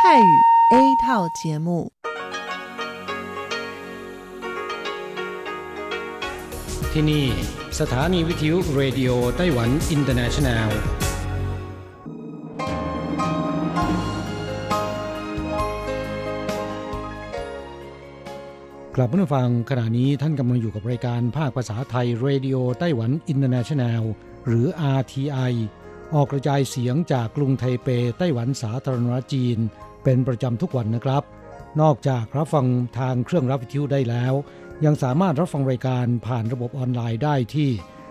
泰语 A 套节目。 ที่นี่สถานีวิทยุเรดิโอไต้หวันอินเตอร์เนชั่นแนลกลับมาฟังขณะนี้ท่านกำลังอยู่กับรายการภาคภาษาไทยเรดิโอไต้หวันอินเตอร์เนชั่นแนลหรือ RTI ออกกระจายเสียงจากกรุงไทเปไต้หวันสาธารณรัฐจีนเป็นประจำทุกวันนะครับนอกจากรับฟังทางเครื่องรับวิทยุได้แล้วยังสามารถรับฟังรายการผ่านระบบออนไลน์ได้ที่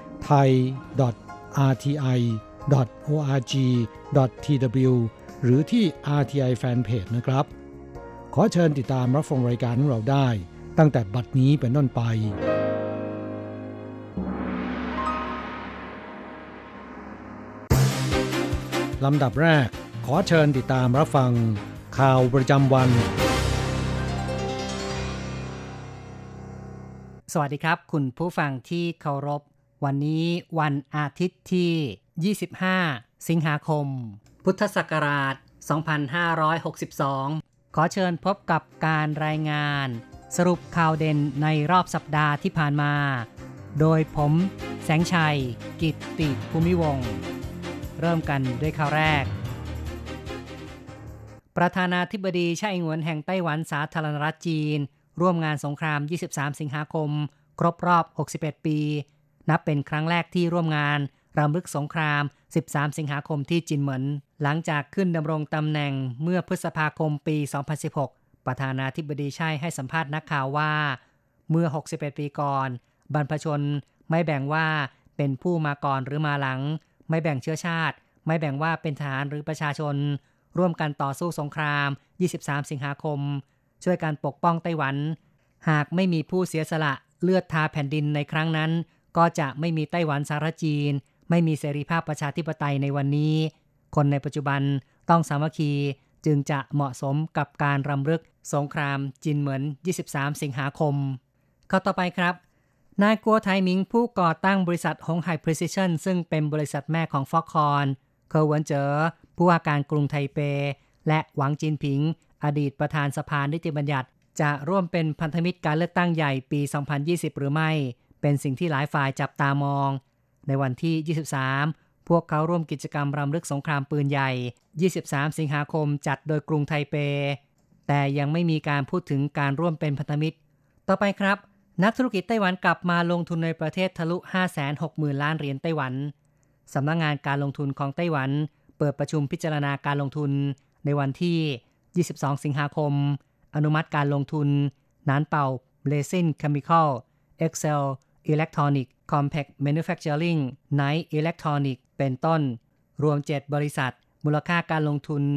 thai.rti.org.tw หรือที่ RTI Fanpage นะครับขอเชิญติดตามรับฟังรายการของเราได้ตั้งแต่บัดนี้เป็นต้นไปลำดับแรกขอเชิญติดตามรับฟังข่าวประจำวันสวัสดีครับคุณผู้ฟังที่เคารพวันนี้วันอาทิตย์ที่25สิงหาคมพุทธศักราช2562ขอเชิญพบกับการรายงานสรุปข่าวเด่นในรอบสัปดาห์ที่ผ่านมาโดยผมแสงชัยกิตติภูมิวงศ์เริ่มกันด้วยข่าวแรกประธานาธิบดีไช่อิงเหวินแห่งไต้หวันสาธารณรัฐจีนร่วมงานสงคราม23สิงหาคมครบรอบ61ปีนับเป็นครั้งแรกที่ร่วมงานรำลึกสงคราม13สิงหาคมที่จินเหมินหลังจากขึ้นดำรงตำแหน่งเมื่อพฤษภาคมปี2016ประธานาธิบดีไช่ให้สัมภาษณ์นักข่าวว่าเมื่อ61ปีก่อนบรรพชนไม่แบ่งว่าเป็นผู้มาก่อนหรือมาหลังไม่แบ่งเชื้อชาติไม่แบ่งว่าเป็นทหารหรือประชาชนร่วมกันต่อสู้สงคราม23สิงหาคมช่วยกันปกป้องไต้หวันหากไม่มีผู้เสียสละเลือดทาแผ่นดินในครั้งนั้นก็จะไม่มีไต้หวันสาธารณรัฐจีนไม่มีเสรีภาพประชาธิปไตยในวันนี้คนในปัจจุบันต้องสามัคคีจึงจะเหมาะสมกับการรำลึกสงครามจินเหมิน23สิงหาคมข้อต่อไปครับนายกัวไทหมิงผู้ก่อตั้งบริษัทฮงไห่พรีซิชั่นซึ่งเป็นบริษัทแม่ของฟ็อกคอนเคอร์หวนเจ๋อผู้ว่าการกรุงไทเปและหวังจินผิงอดีตประธานสภานิติบัญญัติจะร่วมเป็นพันธมิตรการเลือกตั้งใหญ่ปี2020หรือไม่เป็นสิ่งที่หลายฝ่ายจับตามองในวันที่23พวกเขาร่วมกิจกรรมรำลึกสงครามปืนใหญ่23สิงหาคมจัดโดยกรุงไทเปแต่ยังไม่มีการพูดถึงการร่วมเป็นพันธมิตรต่อไปครับนักธุรกิจไต้หวันกลับมาลงทุนในประเทศทะลุ 560,000 ล้านเหรียญไต้หวันสำนักงานการลงทุนของไต้หวันเปิดประชุมพิจารณาการลงทุนในวันที่22สิงหาคมอนุมัติการลงทุนนานเป่า Blazin Chemical Excel Electronic Compact Manufacturing Knight Electronic เป็นต้นรวม7บริษัทมูลค่าการลงทุน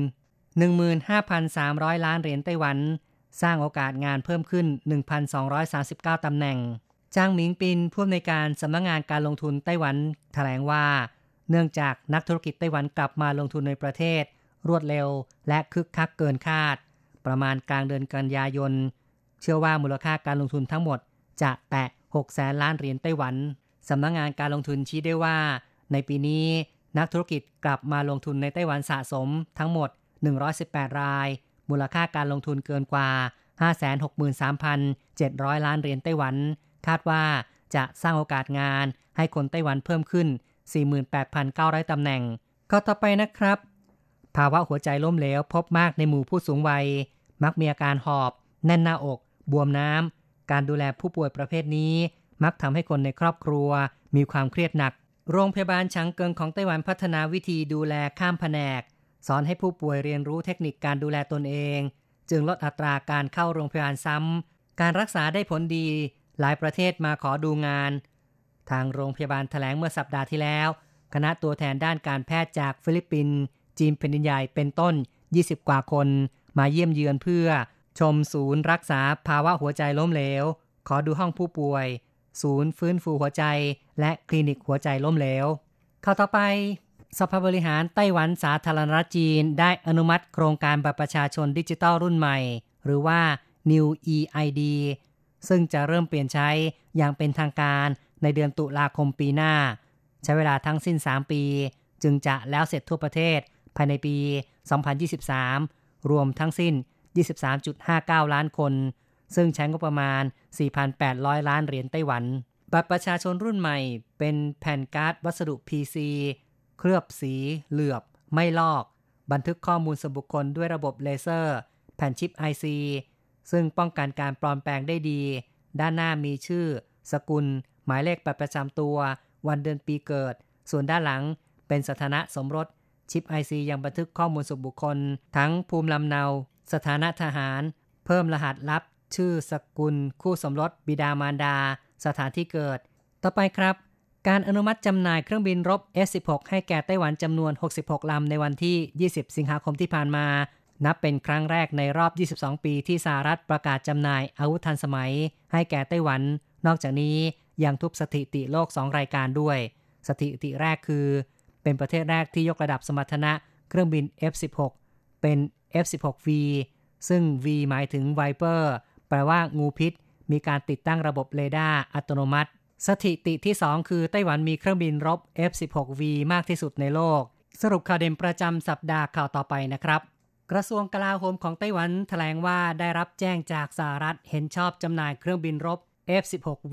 15,300 ล้านเหรียญไต้หวันสร้างโอกาสงานเพิ่มขึ้น 1,239 ตำแหน่งจางหมิงปินผู้อำนวยการสำนักงานการลงทุนไต้หวันแถลงว่าเนื่องจากนักธุรกิจไต้หวันกลับมาลงทุนในประเทศรวดเร็วและคึกคักเกินคาดประมาณกลางเดือนกันยายนเชื่อว่ามูลค่าการลงทุนทั้งหมดจะแตะ 600,000 ล้านเหรียญไต้หวันสำนักงานการลงทุนชี้ได้ว่าในปีนี้นักธุรกิจกลับมาลงทุนในไต้หวันสะสมทั้งหมด118รายมูลค่าการลงทุนเกินกว่า 563,700 ล้านเหรียญไต้หวันคาดว่าจะสร้างโอกาสงานให้คนไต้หวันเพิ่มขึ้น 48,900 ตำแหน่งข้อต่อไปนะครับภาวะหัวใจล้มเหลวพบมากในหมู่ผู้สูงวัยมักมีอาการหอบแน่นหน้าอกบวมน้ำการดูแลผู้ป่วยประเภทนี้มักทำให้คนในครอบครัวมีความเครียดหนักโรงพยาบาลฉางเกิงของไต้หวันพัฒนาวิธีดูแลข้ามแผนกสอนให้ผู้ป่วยเรียนรู้เทคนิคการดูแลตนเองจึงลดอัตราการเข้าโรงพยาบาลซ้ำการรักษาได้ผลดีหลายประเทศมาขอดูงานทางโรงพยาบาลแถลงเมื่อสัปดาห์ที่แล้วคณะตัวแทนด้านการแพทย์จากฟิลิปปินส์จีนแผ่นดินใหญ่เป็นต้น20กว่าคนมาเยี่ยมเยือนเพื่อชมศูนย์รักษาภาวะหัวใจล้มเหลวขอดูห้องผู้ป่วยศูนย์ฟื้นฟูหัวใจและคลินิกหัวใจล้มเหลวเข้าต่อไปสภาบริหารไต้หวันสาธารณรัฐจีนได้อนุมัติโครงการบัตรประชาชนดิจิทัลรุ่นใหม่หรือว่า New EID ซึ่งจะเริ่มเปลี่ยนใช้อย่างเป็นทางการในเดือนตุลาคมปีหน้าใช้เวลาทั้งสิ้น3ปีจึงจะแล้วเสร็จทั่วประเทศภายในปี2023 รวมทั้งสิ้น 23.59 ล้านคนซึ่งใช้งบประมาณ 4,800 ล้านเหรียญไต้หวันบัตรประชาชนรุ่นใหม่เป็นแผ่นการ์ดวัสดุ PC เคลือบสีเหลือบไม่ลอกบันทึกข้อมูลส่วนบุคคลด้วยระบบเลเซอร์แผ่นชิป IC ซึ่งป้องกันการปลอมแปลงได้ดีด้านหน้ามีชื่อสกุลหมายเลขบัตรประจำตัววันเดือนปีเกิดส่วนด้านหลังเป็นสถานะสมรสชิป IC ยังบันทึกข้อมูลส่วนบุคคลทั้งภูมิลำเนาสถานะทหารเพิ่มรหัสลับชื่อสกุลคู่สมรสบิดามารดาสถานที่เกิดต่อไปครับการอนุมัติจำหน่ายเครื่องบินรบ F-16 ให้แก่ไต้หวันจำนวน66ลำในวันที่20สิงหาคมที่ผ่านมานับเป็นครั้งแรกในรอบ22ปีที่สหรัฐประกาศจำหน่ายอาวุธทันสมัยให้แก่ไต้หวันนอกจากนี้ยังทุบสถิติโลก2รายการด้วยสถิติแรกคือเป็นประเทศแรกที่ยกระดับสมรรถนะเครื่องบิน F-16 เป็น F-16V ซึ่ง V หมายถึง Viper แปลว่างูพิษมีการติดตั้งระบบเรดาร์อัตโนมัติสถิติที่2คือไต้หวันมีเครื่องบินรบ F-16V มากที่สุดในโลกสรุปข่าวเด่นประจำสัปดาห์ข่าวต่อไปนะครับกระทรวงกลาโหมของไต้หวันแถลงว่าได้รับแจ้งจากสหรัฐเห็นชอบจำหน่ายเครื่องบินรบ F-16V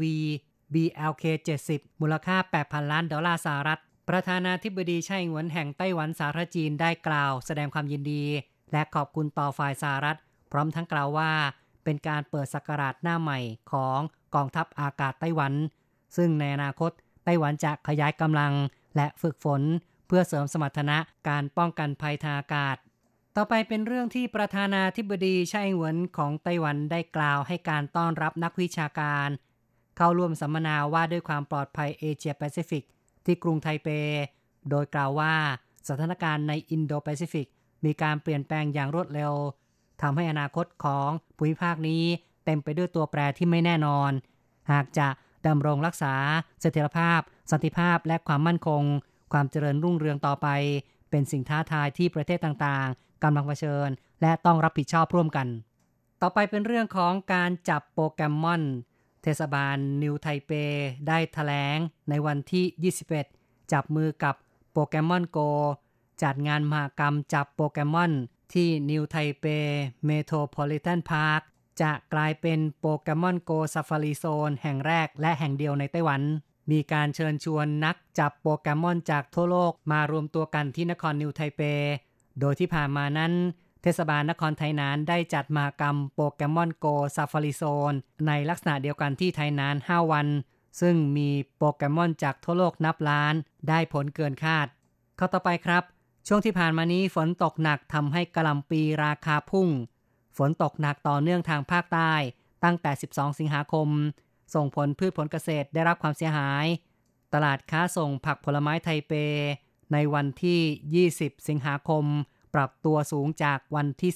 BLK-70 มูลค่า 8,000 ล้านดอลลาร์สหรัฐประธานาธิบดีไช่อิงเหวินแห่งไต้หวันสาธารณจีนได้กล่าวแสดงความยินดีและขอบคุณต่อฝ่ายสหรัฐพร้อมทั้งกล่าวว่าเป็นการเปิดศักราชหน้าใหม่ของกองทัพอากาศไต้หวันซึ่งในอนาคตไต้หวันจะขยายกำลังและฝึกฝนเพื่อเสริมสมรรถนะการป้องกันภัยทางอากาศต่อไปเป็นเรื่องที่ประธานาธิบดีไช่อิงเหวินของไต้หวันได้กล่าวให้การต้อนรับนักวิชาการเข้าร่วมสัมมนาว่าด้วยความปลอดภัยเอเชียแปซิฟิกที่กรุงไทเปโดยกล่าวว่าสถานการณ์ในอินโดแปซิฟิกมีการเปลี่ยนแปลงอย่างรวดเร็วทำให้อนาคตของภูมิภาคนี้เต็มไปด้วยตัวแปรที่ไม่แน่นอนหากจะดำรงรักษาเสถียรภาพสันติภาพและความมั่นคงความเจริญรุ่งเรืองต่อไปเป็นสิ่งท้าทายที่ประเทศต่างๆกำลังเผชิญและต้องรับผิดชอบร่วมกันต่อไปเป็นเรื่องของการจับโปเกมอนเทศบาลนิวไทเปได้แถลงในวันที่21จับมือกับโปเกมอนโกจัดงานมหกรรมจับโปเกมอนที่นิวไทเปเมโทรโพลิแทนพาร์คจะกลายเป็นโปเกมอนโกซาฟารีโซนแห่งแรกและแห่งเดียวในไต้หวันมีการเชิญชวนนักจับโปเกมอนจากทั่วโลกมารวมตัวกันที่นครนิวไทเปโดยที่ผ่านมานั้นเทศบาลนครไทหนานได้จัดมหกรรมโปเกมอนโกซาฟารีโซนในลักษณะเดียวกันที่ไทหนาน5วันซึ่งมีโปเกมอนจากทั่วโลกนับล้านได้ผลเกินคาดข้อต่อไปครับช่วงที่ผ่านมานี้ฝนตกหนักทำให้กะหล่ำปีราคาพุ่งฝนตกหนักต่อเนื่องทางภาคใต้ตั้งแต่12สิงหาคมส่งผลพืชผลเกษตรได้รับความเสียหายตลาดค้าส่งผักผลไม้ไทเปในวันที่20สิงหาคมปรับตัวสูงจากวันที่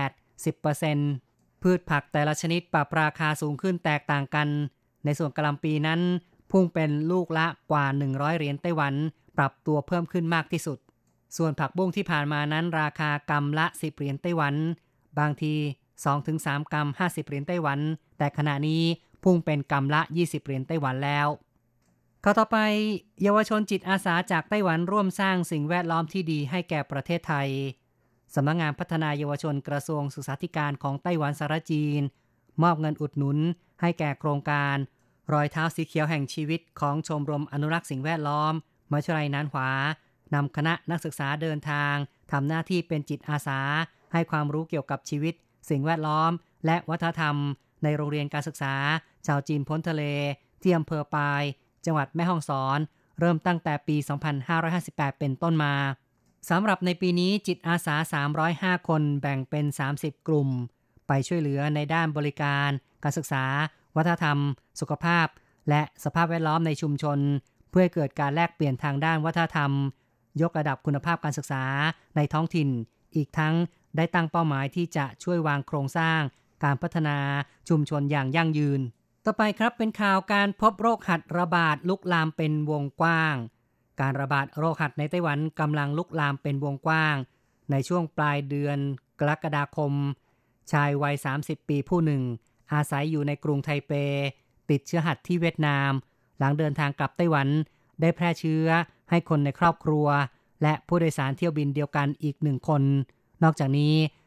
18 10% พืชผักแต่ละชนิดปรับราคาสูงขึ้นแตกต่างกันในส่วนกะหล่ำปีนั้นพุ่งเป็นลูกละกว่า100เหรียญไต้หวันปรับตัวเพิ่มขึ้นมากที่สุดส่วนผักบุ้งที่ผ่านมานั้นราคากำละ10เหรียญไต้หวันบางที 2-3 กำ50เหรียญไต้หวันแต่ขณะนี้พุ่งเป็นกำละ20เหรียญไต้หวันแล้วข้อต่อไปเยาวชนจิตอาสาจากไต้หวันร่วมสร้างสิ่งแวดล้อมที่ดีให้แก่ประเทศไทยสำนักงานพัฒนาเยาวชนกระทรวงศึกษาธิการของไต้หวันสาธารณจีนมอบเงินอุดหนุนให้แก่โครงการรอยเท้าสีเขียวแห่งชีวิตของชมรมอนุรักษ์สิ่งแวดล้อมมหาวิทยาลัยนานหวานำคณะนักศึกษาเดินทางทำหน้าที่เป็นจิตอาสาให้ความรู้เกี่ยวกับชีวิตสิ่งแวดล้อมและวัฒนธรรมในโรงเรียนการศึกษาชาวจีนพ้นทะเลที่อำเภอปายจังหวัดแม่ฮ่องสอนเริ่มตั้งแต่ปี 2558 เป็นต้นมาสำหรับในปีนี้จิตอาสา305คนแบ่งเป็น30กลุ่มไปช่วยเหลือในด้านบริการการศึกษาวัฒนธรรมสุขภาพและสภาพแวดล้อมในชุมชนเพื่อให้เกิดการแลกเปลี่ยนทางด้านวัฒนธรรมยกระดับคุณภาพการศึกษาในท้องถิ่นอีกทั้งได้ตั้งเป้าหมายที่จะช่วยวางโครงสร้างการพัฒนาชุมชนอย่างยั่งยืนต่อไปครับเป็นข่าวการพบโรคหัดระบาดลุกลามเป็นวงกว้างการระบาดโรคหัดในไต้หวันกำลังลุกลามเป็นวงกว้างในช่วงปลายเดือนกรกฎาคมชายวัย30ปีผู้หนึ่งอาศัยอยู่ในกรุงไทเปติดเชื้อหัดที่เวียดนามหลังเดินทางกลับไต้หวันได้แพร่เชื้อให้คนในครอบครัวและผู้โดยสารเที่ยวบินเดียวกันอีก1คนนอกจากนี้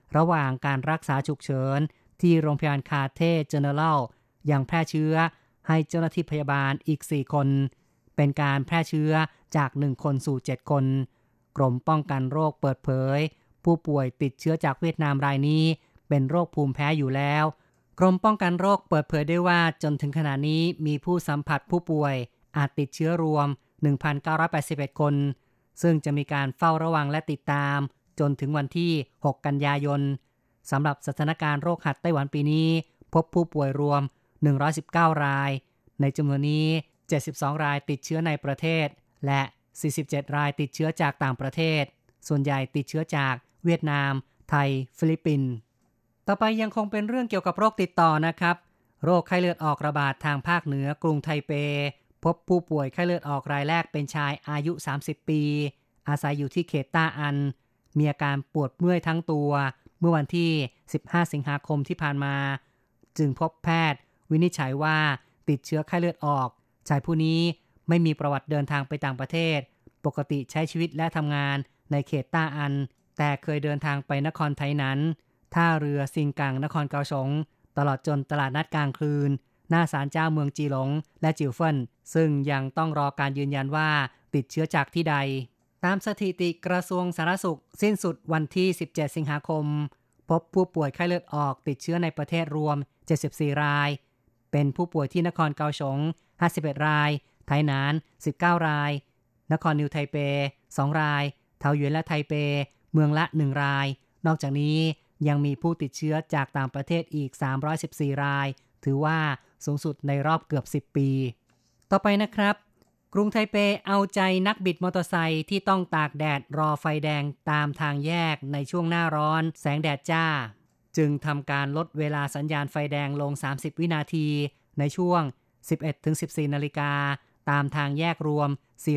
ระหว่างการรักษาฉุกเฉินที่โรงพยาบาลคาเทเจเนอรัลยังแพร่เชื้อให้เจ้าหน้าที่พยาบาลอีก4คนเป็นการแพร่เชื้อจาก1คนสู่7คนกรมป้องกันโรคเปิดเผยผู้ป่วยติดเชื้อจากเวียดนามรายนี้เป็นโรคภูมิแพ้อยู่แล้วกรมป้องกันโรคเปิดเผยได้ว่าจนถึงขณะนี้มีผู้สัมผัสผู้ป่วยอาจติดเชื้อรวม 1,981 คนซึ่งจะมีการเฝ้าระวังและติดตามจนถึงวันที่6กันยายนสำหรับสถานการณ์โรคหัดไต้หวันปีนี้พบผู้ป่วยรวม119รายในจำนวนนี้72รายติดเชื้อในประเทศและ47รายติดเชื้อจากต่างประเทศส่วนใหญ่ติดเชื้อจากเวียดนามไทยฟิลิปปินส์ต่อไปยังคงเป็นเรื่องเกี่ยวกับโรคติดต่อนะครับโรคไข้เลือดออกระบาดทางภาคเหนือกรุงไทเปพบผู้ป่วยไข้เลือดออกรายแรกเป็นชายอายุ30ปีอาศัยอยู่ที่เขตต้าอันมีอาการปวดเมื่อยทั้งตัวเมื่อวันที่15สิงหาคมที่ผ่านมาจึงพบแพทย์วินิจฉัยว่าติดเชื้อไข้เลือดออกชายผู้นี้ไม่มีประวัติเดินทางไปต่างประเทศปกติใช้ชีวิตและทำงานในเขตต้าอันแต่เคยเดินทางไปนครไทนั้นท่าเรือซิงกังนครเกาสงตลอดจนตลาดนัดกลางคืนหน้าศาลเจ้าเมืองจีหลงและจิวเฟินซึ่งยังต้องรอการยืนยันว่าติดเชื้อจากที่ใดตามสถิติกระทรวงสาธารณสุขสิ้นสุดวันที่17สิงหาคมพบผู้ป่วยไข้เลือดออกติดเชื้อในประเทศรวม74รายเป็นผู้ป่วยที่นครเกาสง51รายไทหนาน19รายนครนิวไทเป2รายเทาหยวนและไทเปเมืองละ1รายนอกจากนี้ยังมีผู้ติดเชื้อจากต่างประเทศอีก314รายถือว่าสูงสุดในรอบเกือบ10ปีต่อไปนะครับกรุงไทเปเอาใจนักบิดมอเตอร์ไซค์ที่ต้องตากแดดรอไฟแดงตามทางแยกในช่วงหน้าร้อนแสงแดดจ้าจึงทำการลดเวลาสัญญาณไฟแดงลง30วินาทีในช่วง 11-14 นาฬิกาตามทางแยกรวม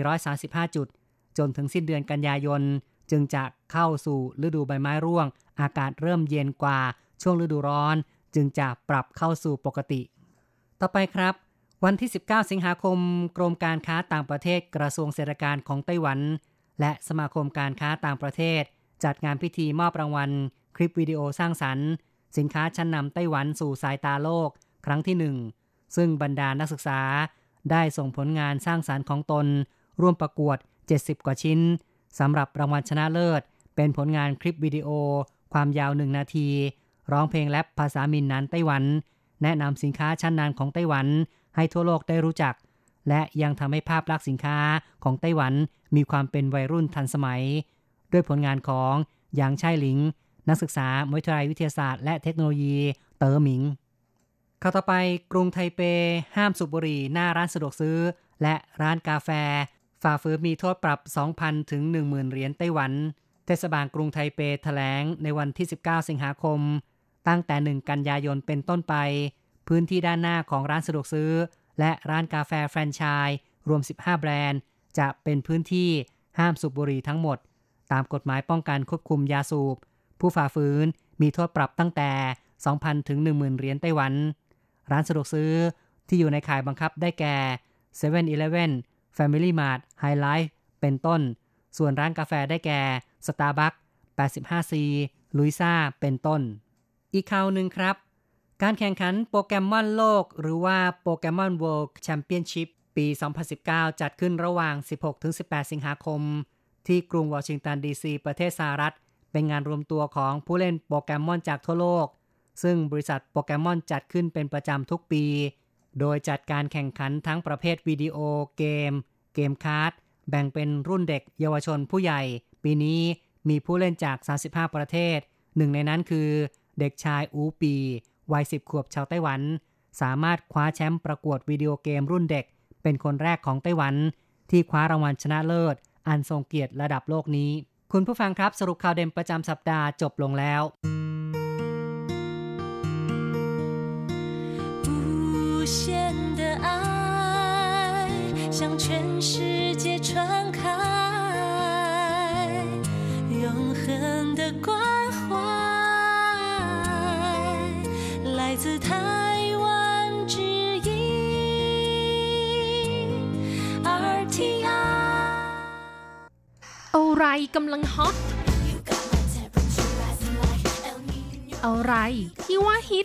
435จุดจนถึงสิ้นเดือนกันยายนจึงจะเข้าสู่ฤดูใบไม้ร่วงอากาศเริ่มเย็นกว่าช่วงฤดูร้อนจึงจะปรับเข้าสู่ปกติต่อไปครับวันที่19สิงหาคมกรมการค้าต่างประเทศกระทรวงเศรษฐกิจของไต้หวันและสมาคมการค้าต่างประเทศจัดงานพิธีมอบรางวัลคลิปวิดีโอสร้างสรรค์สินค้าชั้นนำไต้หวันสู่สายตาโลกครั้งที่1ซึ่งบรรดานักศึกษาได้ส่งผลงานสร้างสรรค์ของตนร่วมประกวด70กว่าชิ้นสำหรับรางวัลชนะเลิศเป็นผลงานคลิปวิดีโอความยาว1นาทีร้องเพลงแรปภาษามินนันไต้หวันแนะนำสินค้าชั้นนำของไต้หวันให้ทั่วโลกได้รู้จักและยังทำให้ภาพลักษณ์สินค้าของไต้หวันมีความเป็นวัยรุ่นทันสมัยด้วยผลงานของหยางไช่หลิงนักศึกษามหาวิทยาลัยวิทยาศาสตร์และเทคโนโลยีเต๋อหมิงข่าวต่อไปกรุงไทเปห้ามสูบบุหรี่หน้าร้านสะดวกซื้อและร้านกาแฟฝ่าฝืนมีโทษปรับ 2,000 ถึง 10,000 เหรียญไต้หวันเทศบาลกรุงไทเปแถลงในวันที่19สิงหาคมตั้งแต่1กันยายนเป็นต้นไปพื้นที่ด้านหน้าของร้านสะดวกซื้อและร้านกาแฟแฟรนไชส์รวม15แบรนด์จะเป็นพื้นที่ห้ามสูบบุหรี่ทั้งหมดตามกฎหมายป้องกันควบคุมยาสูบผู้ฝ่าฝืนมีโทษปรับตั้งแต่ 2,000 ถึง 10,000 เหรียญไต้หวันร้านสะดวกซื้อที่อยู่ในข่ายบังคับได้แก่ 7-Eleven Family Mart High Life เป็นต้นส่วนร้านกาแฟได้แก่ Starbucks 85C Luisa เป็นต้นอีกข่าวหนึ่งครับการแข่งขันโปเกมอนโลกหรือว่าโปเกมอน World Championship ปี 2019 จัดขึ้นระหว่าง 16-18 สิงหาคมที่กรุงวอชิงตันดีซีประเทศสหรัฐเป็นงานรวมตัวของผู้เล่นโปเกมอนจากทั่วโลกซึ่งบริษัทโปเกมอนจัดขึ้นเป็นประจำทุกปีโดยจัดการแข่งขันทั้งประเภทวิดีโอเกมการ์ดแบ่งเป็นรุ่นเด็กเยาวชนผู้ใหญ่ปีนี้มีผู้เล่นจาก35ประเทศหนึ่งในนั้นคือเด็กชายอูปีวัย10ขวบชาวไต้หวันสามารถคว้าแชมป์ประกวดวิดีโอเกมรุ่นเด็กเป็นคนแรกของไต้หวันที่คว้ารางวัลชนะเลิศอันทรงเกียรติระดับโลกนี้คุณผู้ฟังครับสรุปข่าวเด่นประจำสัปดาห์จบลงแล้ว无限的爱向全世界传开永恒的关怀来自台湾之音 RTI อะไรกำลังฮอตอะไรที่ว่าฮิต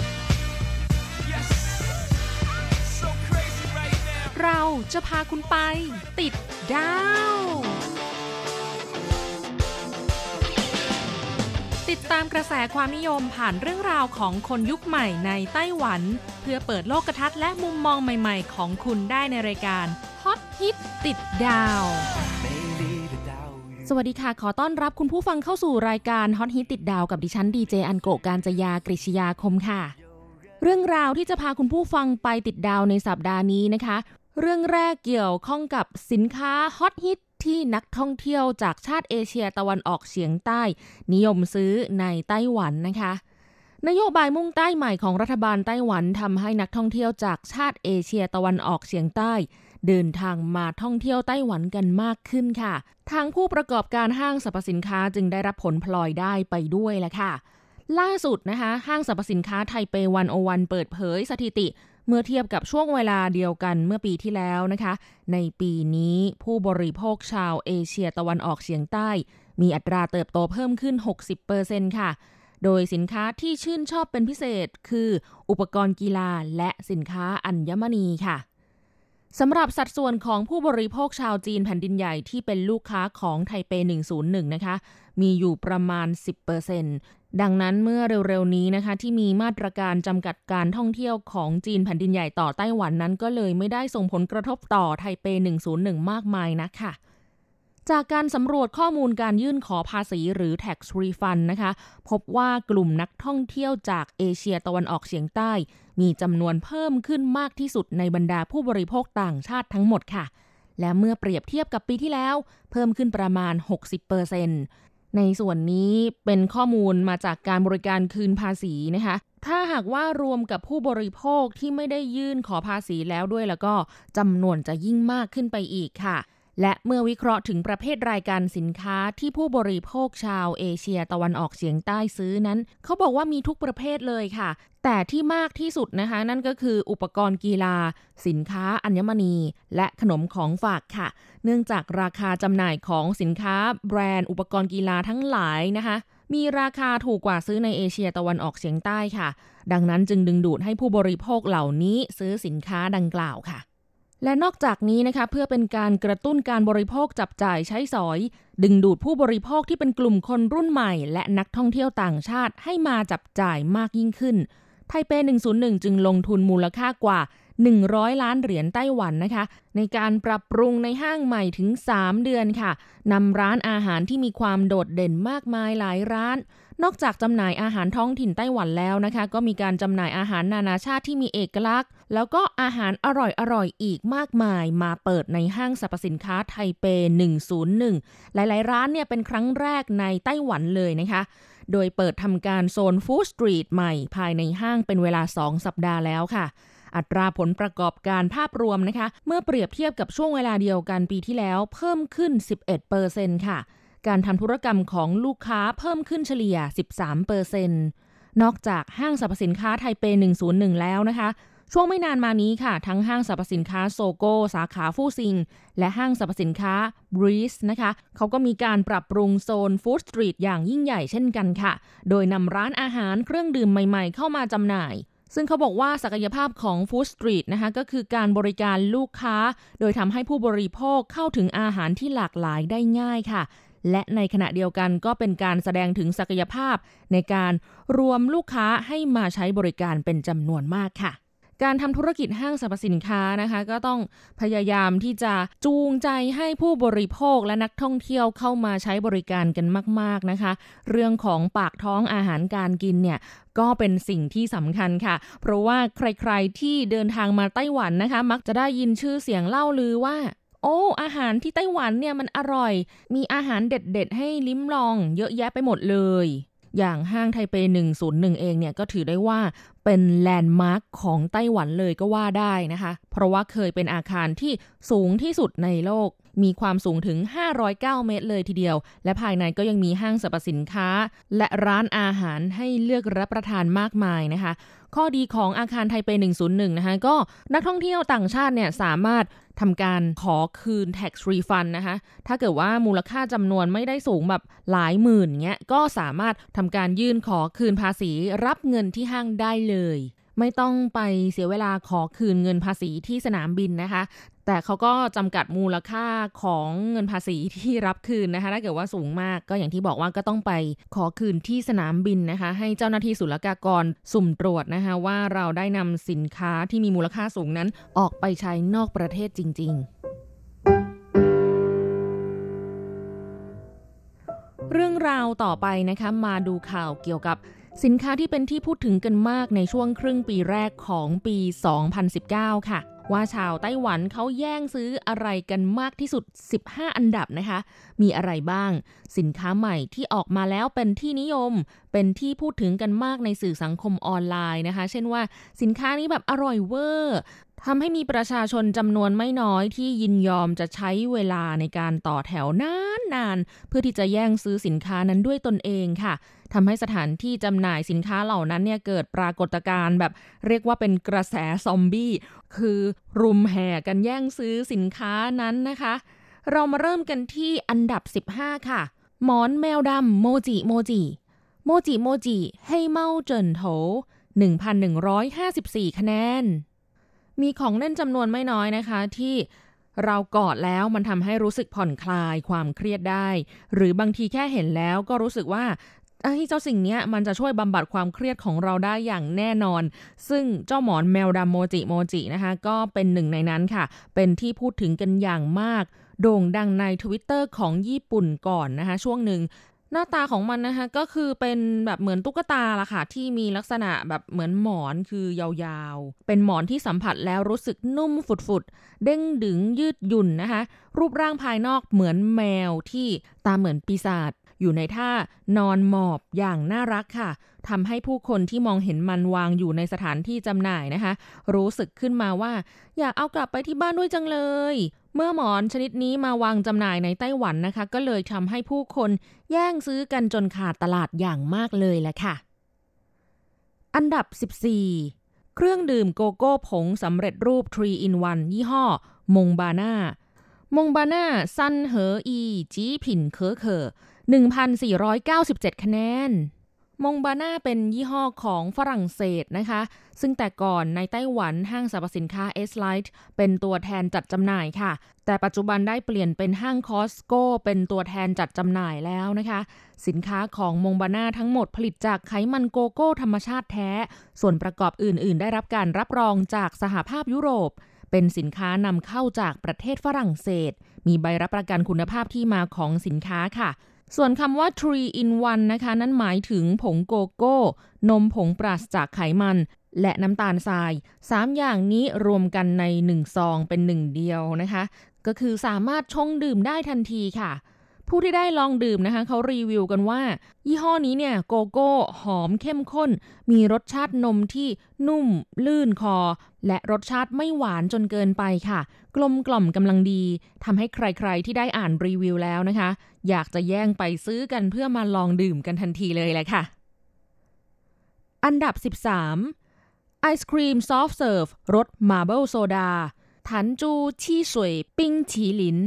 เราจะพาคุณไปติดดาวติดตามกระแสความนิยมผ่านเรื่องราวของคนยุคใหม่ในไต้หวันเพื่อเปิดโลกทัศน์และมุมมองใหม่ๆของคุณได้ในรายการฮอตฮิตติดดาวสวัสดีค่ะขอต้อนรับคุณผู้ฟังเข้าสู่รายการฮอตฮิตติดดาวกับดิฉันดีเจอันโกะกาญจยากฤษยาคมค่ะเรื่องราวที่จะพาคุณผู้ฟังไปติดดาวในสัปดาห์นี้นะคะเรื่องแรกเกี่ยวข้องกับสินค้าฮอตฮิตที่นักท่องเที่ยวจากชาติเอเชียตะวันออกเฉียงใต้นิยมซื้อในไต้หวันนะคะนโยบายมุ่งใต้ใหม่ของรัฐบาลไต้หวันทำให้นักท่องเที่ยวจากชาติเอเชียตะวันออกเฉียงใต้เดินทางมาท่องเที่ยวไต้หวันกันมากขึ้นค่ะทางผู้ประกอบการห้างสรรพสินค้าจึงได้รับผลพลอยได้ไปด้วยแหละค่ะล่าสุดนะคะห้างสรรพสินค้าไทเป101เปิดเผยสถิติเมื่อเทียบกับช่วงเวลาเดียวกันเมื่อปีที่แล้วนะคะในปีนี้ผู้บริโภคชาวเอเชียตะวันออกเฉียงใต้มีอัตราเติบโตเพิ่มขึ้น 60% ค่ะโดยสินค้าที่ชื่นชอบเป็นพิเศษคืออุปกรณ์กีฬาและสินค้าอัญมณีค่ะสำหรับสัดส่วนของผู้บริโภคชาวจีนแผ่นดินใหญ่ที่เป็นลูกค้าของไทเป101นะคะมีอยู่ประมาณ 10%ดังนั้นเมื่อเร็วๆนี้นะคะที่มีมาตรการจำกัดการท่องเที่ยวของจีนแผ่นดินใหญ่ต่อไต้หวันนั้นก็เลยไม่ได้ส่งผลกระทบต่อไทเป101มากมายนักค่ะจากการสำรวจข้อมูลการยื่นขอภาษีหรือ tax refund นะคะพบว่ากลุ่มนักท่องเที่ยวจากเอเชียตะวันออกเฉียงใต้มีจำนวนเพิ่มขึ้นมากที่สุดในบรรดาผู้บริโภคต่างชาติทั้งหมดค่ะและเมื่อเปรียบเทียบกับปีที่แล้วเพิ่มขึ้นประมาณ 60%ในส่วนนี้เป็นข้อมูลมาจากการบริการคืนภาษีนะคะถ้าหากว่ารวมกับผู้บริโภคที่ไม่ได้ยื่นขอภาษีแล้วด้วยแล้วก็จำนวนจะยิ่งมากขึ้นไปอีกค่ะและเมื่อวิเคราะห์ถึงประเภทรายการสินค้าที่ผู้บริโภคชาวเอเชียตะวันออกเฉียงใต้ซื้อนั้นเขาบอกว่ามีทุกประเภทเลยค่ะแต่ที่มากที่สุดนะคะนั่นก็คืออุปกรณ์กีฬาสินค้าอัญมณีและขนมของฝากค่ะเนื่องจากราคาจำหน่ายของสินค้าแบรนด์อุปกรณ์กีฬาทั้งหลายนะคะมีราคาถูกกว่าซื้อในเอเชียตะวันออกเฉียงใต้ค่ะดังนั้นจึงดึงดูดให้ผู้บริโภคเหล่านี้ซื้อสินค้าดังกล่าวค่ะและนอกจากนี้นะคะเพื่อเป็นการกระตุ้นการบริโภคจับจ่ายใช้สอยดึงดูดผู้บริโภคที่เป็นกลุ่มคนรุ่นใหม่และนักท่องเที่ยวต่างชาติให้มาจับจ่ายมากยิ่งขึ้นไทเป101จึงลงทุนมูลค่ากว่า100ล้านเหรียญไต้หวันนะคะในการปรับปรุงในห้างใหม่ถึง3เดือนค่ะนำร้านอาหารที่มีความโดดเด่นมากมายหลายร้านนอกจากจำหน่ายอาหารท้องถิ่นไต้หวันแล้วนะคะก็มีการจำหน่ายอาหารนานาชาติที่มีเอกลักษณ์แล้วก็อาหารอร่อยอีกมากมายมาเปิดในห้างสรรพสินค้าไทเป101หลายๆร้านเนี่ยเป็นครั้งแรกในไต้หวันเลยนะคะโดยเปิดทำการโซนฟู้ดสตรีทใหม่ภายในห้างเป็นเวลา2สัปดาห์แล้วค่ะอัตราผลประกอบการภาพรวมนะคะเมื่อเปรียบเทียบกับช่วงเวลาเดียวกันปีที่แล้วเพิ่มขึ้น 11% ค่ะการทำธุรกรรมของลูกค้าเพิ่มขึ้นเฉลี่ย 13% นอกจากห้างสรรพสินค้าไทเป101แล้วนะคะช่วงไม่นานมานี้ค่ะทั้งห้างสรรพสินค้าโซโก้สาขาฟู่ซิงและห้างสรรพสินค้าบรีสนะคะเขาก็มีการปรับปรุงโซนฟู้ดสตรีทอย่างยิ่งใหญ่เช่นกันค่ะโดยนำร้านอาหารเครื่องดื่มใหม่ๆเข้ามาจำหน่ายซึ่งเขาบอกว่าศักยภาพของฟู้ดสตรีทนะคะก็คือการบริการลูกค้าโดยทำให้ผู้บริโภคเข้าถึงอาหารที่หลากหลายได้ง่ายค่ะและในขณะเดียวกันก็เป็นการแสดงถึงศักยภาพในการรวมลูกค้าให้มาใช้บริการเป็นจำนวนมากค่ะการทำธุรกิจห้างสรรพสินค้านะคะก็ต้องพยายามที่จะจูงใจให้ผู้บริโภคและนักท่องเที่ยวเข้ามาใช้บริการกันมากๆนะคะเรื่องของปากท้องอาหารการกินเนี่ยก็เป็นสิ่งที่สำคัญค่ะเพราะว่าใครๆที่เดินทางมาไต้หวันนะคะมักจะได้ยินชื่อเสียงเล่าลือว่าโอ้อาหารที่ไต้หวันเนี่ยมันอร่อยมีอาหารเด็ดๆให้ลิ้มลองเยอะแยะไปหมดเลยอย่างห้างไทเป101เองเนี่ยก็ถือได้ว่าเป็นแลนด์มาร์คของไต้หวันเลยก็ว่าได้นะคะเพราะว่าเคยเป็นอาคารที่สูงที่สุดในโลกมีความสูงถึง509เมตรเลยทีเดียวและภายในก็ยังมีห้างสรรพสินค้าและร้านอาหารให้เลือกรับประทานมากมายนะคะข้อดีของอาคารไทเป101นะคะก็นักท่องเที่ยวต่างชาติเนี่ยสามารถทำการขอคืน tax refund นะคะถ้าเกิดว่ามูลค่าจำนวนไม่ได้สูงแบบหลายหมื่นเงี้ยก็สามารถทำการยื่นขอคืนภาษีรับเงินที่ห้างได้เลยไม่ต้องไปเสียเวลาขอคืนเงินภาษีที่สนามบินนะคะแต่เขาก็จำกัดมูลค่าของเงินภาษีที่รับคืนนะคะถ้าเกิดว่าสูงมากก็อย่างที่บอกว่าก็ต้องไปขอคืนที่สนามบินนะคะให้เจ้าหน้าที่ศุลกากรสุ่มตรวจนะคะว่าเราได้นำสินค้าที่มีมูลค่าสูงนั้นออกไปใช้นอกประเทศจริงๆเรื่องราวต่อไปนะคะมาดูข่าวเกี่ยวกับสินค้าที่เป็นที่พูดถึงกันมากในช่วงครึ่งปีแรกของปี 2019 ค่ะว่าชาวไต้หวันเขาแย่งซื้ออะไรกันมากที่สุด15อันดับนะคะมีอะไรบ้างสินค้าใหม่ที่ออกมาแล้วเป็นที่นิยมเป็นที่พูดถึงกันมากในสื่อสังคมออนไลน์นะคะเช่นว่าสินค้านี้แบบอร่อยเวอร์ทำให้มีประชาชนจำนวนไม่น้อยที่ยินยอมจะใช้เวลาในการต่อแถวนานๆเพื่อที่จะแย่งซื้อสินค้านั้นด้วยตนเองค่ะทำให้สถานที่จำหน่ายสินค้าเหล่านั้นเนี่ยเกิดปรากฏการณ์แบบเรียกว่าเป็นกระแสซอมบี้คือรุมแห่กันแย่งซื้อสินค้านั้นนะคะเรามาเริ่มกันที่อันดับ15ค่ะหมอนแมวดำโมจิโมจิให้เมาเจินโถ 1,154 คะแนนมีของเล่นจำนวนไม่น้อยนะคะที่เรากอดแล้วมันทำให้รู้สึกผ่อนคลายความเครียดได้หรือบางทีแค่เห็นแล้วก็รู้สึกว่าเจ้าสิ่งนี้มันจะช่วยบำบัดความเครียดของเราได้อย่างแน่นอนซึ่งเจ้าหมอนแมวดำโมจินะคะก็เป็นหนึ่งในนั้นค่ะเป็นที่พูดถึงกันอย่างมากโด่งดังใน Twitter ของญี่ปุ่นก่อนนะคะช่วงหนึ่งหน้าตาของมันนะคะก็คือเป็นแบบเหมือนตุ๊กตาล่ะค่ะที่มีลักษณะแบบเหมือนหมอนคือยาวๆเป็นหมอนที่สัมผัสแล้วรู้สึกนุ่มฝุดๆเด้งดึงยืดหยุ่นนะคะรูปร่างภายนอกเหมือนแมวที่ตาเหมือนปีศาจอยู่ในท่านอนหมอบอย่างน่ารักค่ะทำให้ผู้คนที่มองเห็นมันวางอยู่ในสถานที่จำหน่ายนะคะรู้สึกขึ้นมาว่าอยากเอากลับไปที่บ้านด้วยจังเลยเมื่อหมอนชนิดนี้มาวางจำหน่ายในไต้หวันนะคะก็เลยทำให้ผู้คนแย่งซื้อกันจนขาดตลาดอย่างมากเลยแหละค่ะอันดับ14เครื่องดื่มโกโก้ผงสำเร็จรูป 3-in-1 ยี่ห้อมงบาน่าซันเหออีจีผินเคอ 1,497 คะแนนมงบาน่าเป็นยี่ห้อของฝรั่งเศสนะคะซึ่งแต่ก่อนในไต้หวันห้างสรรพสินค้า S-Lite เป็นตัวแทนจัดจำหน่ายค่ะแต่ปัจจุบันได้เปลี่ยนเป็นห้าง Costco เป็นตัวแทนจัดจำหน่ายแล้วนะคะสินค้าของมงบาน่าทั้งหมดผลิตจากไขมันโกโก้ธรรมชาติแท้ส่วนประกอบอื่นๆได้รับการรับรองจากสหภาพยุโรปเป็นสินค้านำเข้าจากประเทศฝรั่งเศสมีใบรับประกันคุณภาพที่มาของสินค้าค่ะส่วนคำว่า 3-in-1 นะคะนั้นหมายถึงผงโกโก้นมผงปราศจากไขมันและน้ำตาลทราย3อย่างนี้รวมกันใน1ซองเป็น1เดียวนะคะก็คือสามารถชงดื่มได้ทันทีค่ะผู้ที่ได้ลองดื่มนะคะเขารีวิวกันว่ายี่ห้อนี้เนี่ยโกโก้หอมเข้มข้นมีรสชาตินมที่นุ่มลื่นคอและรสชาติไม่หวานจนเกินไปค่ะกลมกล่อมกำลังดีทำให้ใครๆที่ได้อ่านรีวิวแล้วนะคะอยากจะแย่งไปซื้อกันเพื่อมาลองดื่มกันทันทีเลยแหละค่ะอันดับ13ไอศครีมซอฟต์เสิร์ฟรสมาร์เบิลโซดาถันจูชี่สวยปิ้งฉีหลิน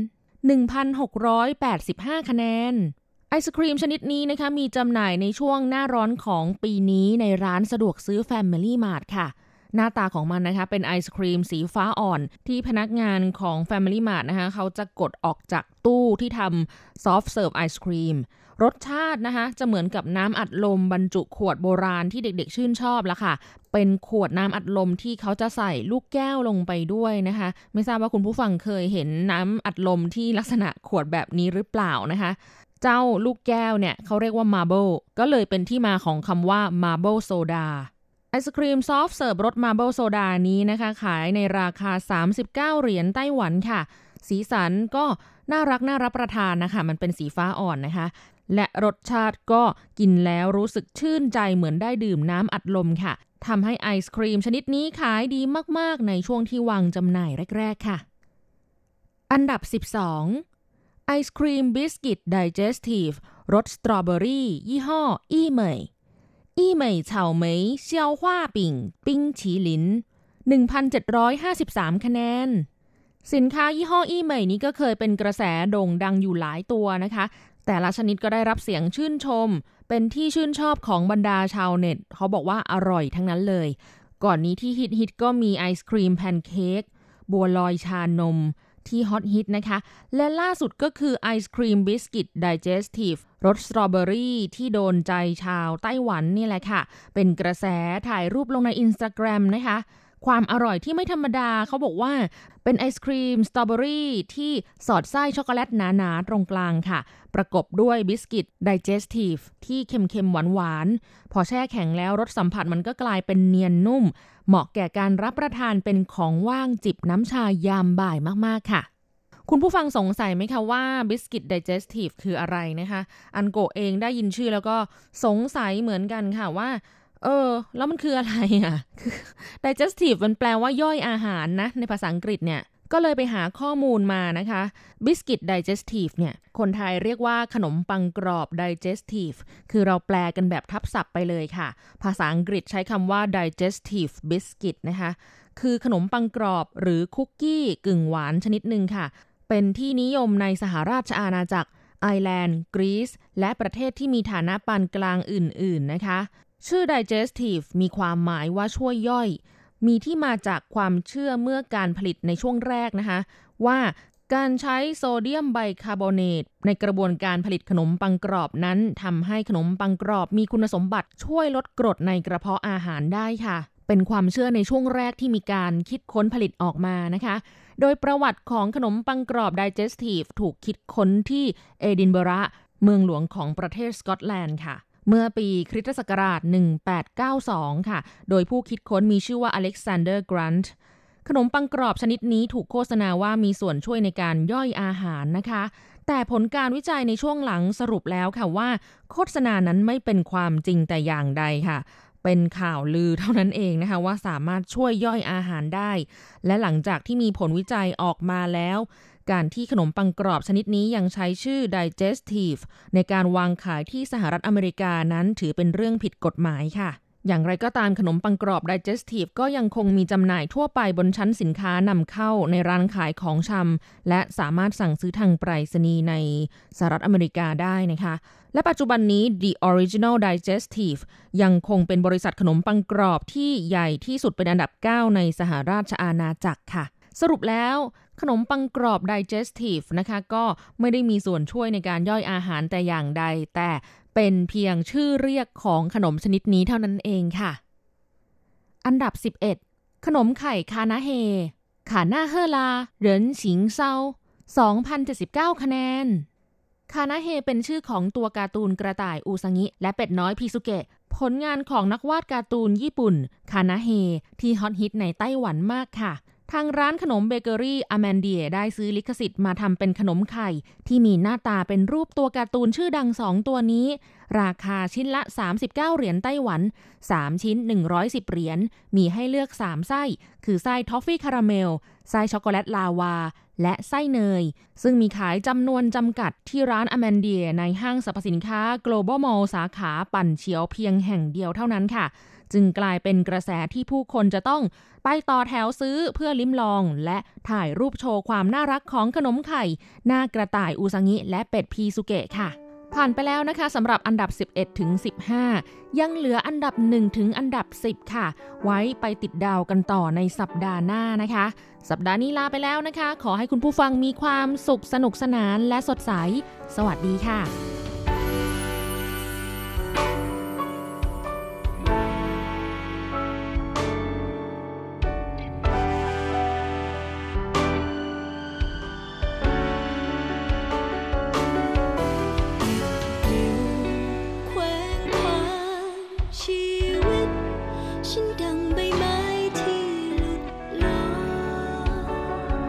1,685 คะแนนไอศครีมชนิดนี้นะคะมีจำหน่ายในช่วงหน้าร้อนของปีนี้ในร้านสะดวกซื้อ Family Mart ค่ะหน้าตาของมันนะคะเป็นไอศครีมสีฟ้าอ่อนที่พนักงานของ Family Mart นะคะเขาจะกดออกจากตู้ที่ทำ Soft Serve ไอศครีมรสชาตินะคะจะเหมือนกับน้ำอัดลมบรรจุขวดโบราณที่เด็กๆชื่นชอบละค่ะเป็นขวดน้ำอัดลมที่เขาจะใส่ลูกแก้วลงไปด้วยนะคะไม่ทราบว่าคุณผู้ฟังเคยเห็นน้ำอัดลมที่ลักษณะขวดแบบนี้หรือเปล่านะคะเจ้าลูกแก้วเนี่ยเขาเรียกว่า Marble ก็เลยเป็นที่มาของคำว่า Marble Soda ไอศครีมซอฟต์เสิร์ฟรส Marble Soda นี้นะคะขายในราคา39เหรียญไต้หวันค่ะสีสันก็น่ารักน่ารับประทานนะคะมันเป็นสีฟ้าอ่อนนะคะและรสชาติก็กินแล้วรู้สึกชื่นใจเหมือนได้ดื่มน้ำอัดลมค่ะทำให้ไอศครีมชนิดนี้ขายดีมากๆในช่วงที่วางจำหน่ายแรกๆค่ะอันดับ12ไอศครีมบิสกิตไดเจสทีฟรสสตรอเบอรี่ยี่ห้ออี้เหมยอี้เหมยเฉาเหมยเซียวฮวาปิ่งปิ้งฉีหลิน 1,753 คะแนนสินค้ายี่ห้ออี้เหมยนี้ก็เคยเป็นกระแสโด่งดังอยู่หลายตัวนะคะแต่ละชนิดก็ได้รับเสียงชื่นชมเป็นที่ชื่นชอบของบรรดาชาวเน็ตเขาบอกว่าอร่อยทั้งนั้นเลยก่อนนี้ที่ฮิตก็มีไอศครีมแพนเค้กบัวลอยชานมที่ฮอตฮิตนะคะและล่าสุดก็คือไอศครีมบิสกิตไดเจสทีฟรสสตรอเบอรี่ที่โดนใจชาวไต้หวันนี่แหละค่ะเป็นกระแสถ่ายรูปลงใน Instagram นะคะความอร่อยที่ไม่ธรรมดาเขาบอกว่าเป็นไอศครีมสตรอเบอรี่ที่สอดไส้ช็อกโกแลตหนาๆตรงกลางค่ะประกบด้วยบิสกิตไดเจสทีฟที่เค็มๆหวานๆพอแช่แข็งแล้วรสสัมผัสมันก็กลายเป็นเนียนนุ่มเหมาะแก่การรับประทานเป็นของว่างจิบน้ำชายามบ่ายมากๆค่ะคุณผู้ฟังสงสัยไหมคะว่าบิสกิตไดเจสทีฟคืออะไรนะคะอันโกเองได้ยินชื่อแล้วก็สงสัยเหมือนกันค่ะว่าแล้วมันคืออะไรอ่ะคือ digestive มันแปลว่าย่อยอาหารนะในภาษาอังกฤษเนี่ยก็เลยไปหาข้อมูลมานะคะ biscuit digestive เนี่ยคนไทยเรียกว่าขนมปังกรอบ digestive คือเราแปลกันแบบทับศัพท์ไปเลยค่ะภาษาอังกฤษใช้คำว่า digestive biscuit นะคะคือขนมปังกรอบหรือคุกกี้กึ่งหวานชนิดหนึ่งค่ะเป็นที่นิยมในสหราชอาณาจักรไอร์แลนด์กรีซและประเทศที่มีฐานะปานกลางอื่นๆนะคะชื่อ digestive มีความหมายว่าช่วยย่อยมีที่มาจากความเชื่อเมื่อการผลิตในช่วงแรกนะคะว่าการใช้โซเดียมไบคาร์บอเนตในกระบวนการผลิตขนมปังกรอบนั้นทำให้ขนมปังกรอบมีคุณสมบัติช่วยลดกรดในกระเพาะอาหารได้ค่ะเป็นความเชื่อในช่วงแรกที่มีการคิดค้นผลิตออกมานะคะโดยประวัติของขนมปังกรอบ digestive ถูกคิดค้นที่เอดินบะระเมืองหลวงของประเทศสกอตแลนด์ค่ะเมื่อปีคริสตศักราช 1892 ค่ะโดยผู้คิดค้นมีชื่อว่าอเล็กซานเดอร์ กรันต์ขนมปังกรอบชนิดนี้ถูกโฆษณาว่ามีส่วนช่วยในการย่อยอาหารนะคะแต่ผลการวิจัยในช่วงหลังสรุปแล้วค่ะว่าโฆษณานั้นไม่เป็นความจริงแต่อย่างใดค่ะเป็นข่าวลือเท่านั้นเองนะคะว่าสามารถช่วยย่อยอาหารได้และหลังจากที่มีผลวิจัยออกมาแล้วการที่ขนมปังกรอบชนิดนี้ยังใช้ชื่อ digestive ในการวางขายที่สหรัฐอเมริกานั้นถือเป็นเรื่องผิดกฎหมายค่ะอย่างไรก็ตามขนมปังกรอบ digestive ก็ยังคงมีจำหน่ายทั่วไปบนชั้นสินค้านำเข้าในร้านขายของชำและสามารถสั่งซื้อทางไปรษณีย์ในสหรัฐอเมริกาได้นะคะและปัจจุบันนี้ The Original Digestive ยังคงเป็นบริษัทขนมปังกรอบที่ใหญ่ที่สุดเป็นอันดับ 9 ในสหราชอาณาจักรค่ะสรุปแล้วขนมปังกรอบ digestive นะคะก็ไม่ได้มีส่วนช่วยในการย่อยอาหารแต่อย่างใดแต่เป็นเพียงชื่อเรียกของขนมชนิดนี้เท่านั้นเองค่ะอันดับ11ขนมไข่คานาเฮขาน่าเฮลาเหรินฉิงเซา 2,079 คะแนนคานาเฮเป็นชื่อของตัวการ์ตูนกระต่ายอูซางิและเป็ดน้อยพีซุเกะผลงานของนักวาดการ์ตูนญี่ปุ่นคานาเฮที่ฮอตฮิตในไต้หวันมากค่ะทางร้านขนมเบเกอรี่อแมนเดียได้ซื้อลิขสิทธิ์มาทำเป็นขนมไข่ที่มีหน้าตาเป็นรูปตัวการ์ตูนชื่อดัง2ตัวนี้ราคาชิ้นละ39เหรียญไต้หวัน3ชิ้น110เหรียญมีให้เลือก3ไส้คือไส้ทอฟฟี่คาราเมลไส้ช็อกโกแลตลาวาและไส้เนยซึ่งมีขายจำนวนจำกัดที่ร้านอแมนเดียในห้างสรรพสินค้า Global Mall สาขาปั่นเฉียวเพียงแห่งเดียวเท่านั้นค่ะจึงกลายเป็นกระแสที่ผู้คนจะต้องไปต่อแถวซื้อเพื่อลิ้มลองและถ่ายรูปโชว์ความน่ารักของขนมไข่หน้ากระต่ายอูซางิและเป็ดพีซุเกะค่ะผ่านไปแล้วนะคะสำหรับอันดับ11ถึง15ยังเหลืออันดับ1ถึงอันดับ10ค่ะไว้ไปติดดาวกันต่อในสัปดาห์หน้านะคะสัปดาห์นี้ลาไปแล้วนะคะขอให้คุณผู้ฟังมีความสุขสนุกสนานและสดใสสวัสดีค่ะ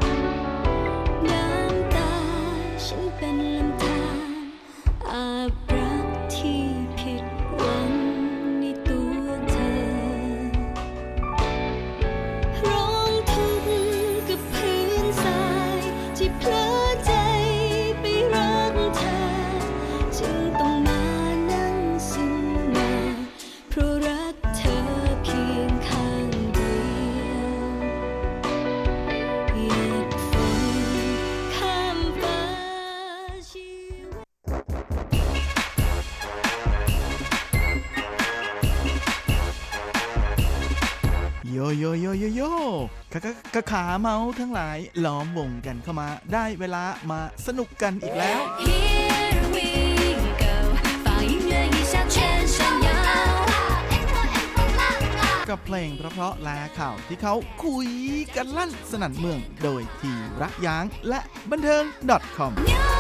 เป็นลำธารอาบโยโยโยโยโยขาเมาทั้งหลายล้อมวงกันเข้ามาได้เวลามาสนุกกันอีกแล้ว Here we go 放音乐一下全身摇กับเพลงเพราะๆและข่าวที่เขาคุยกันลั่นสนั่นเมืองโดยทีระยางและบันเทิง .com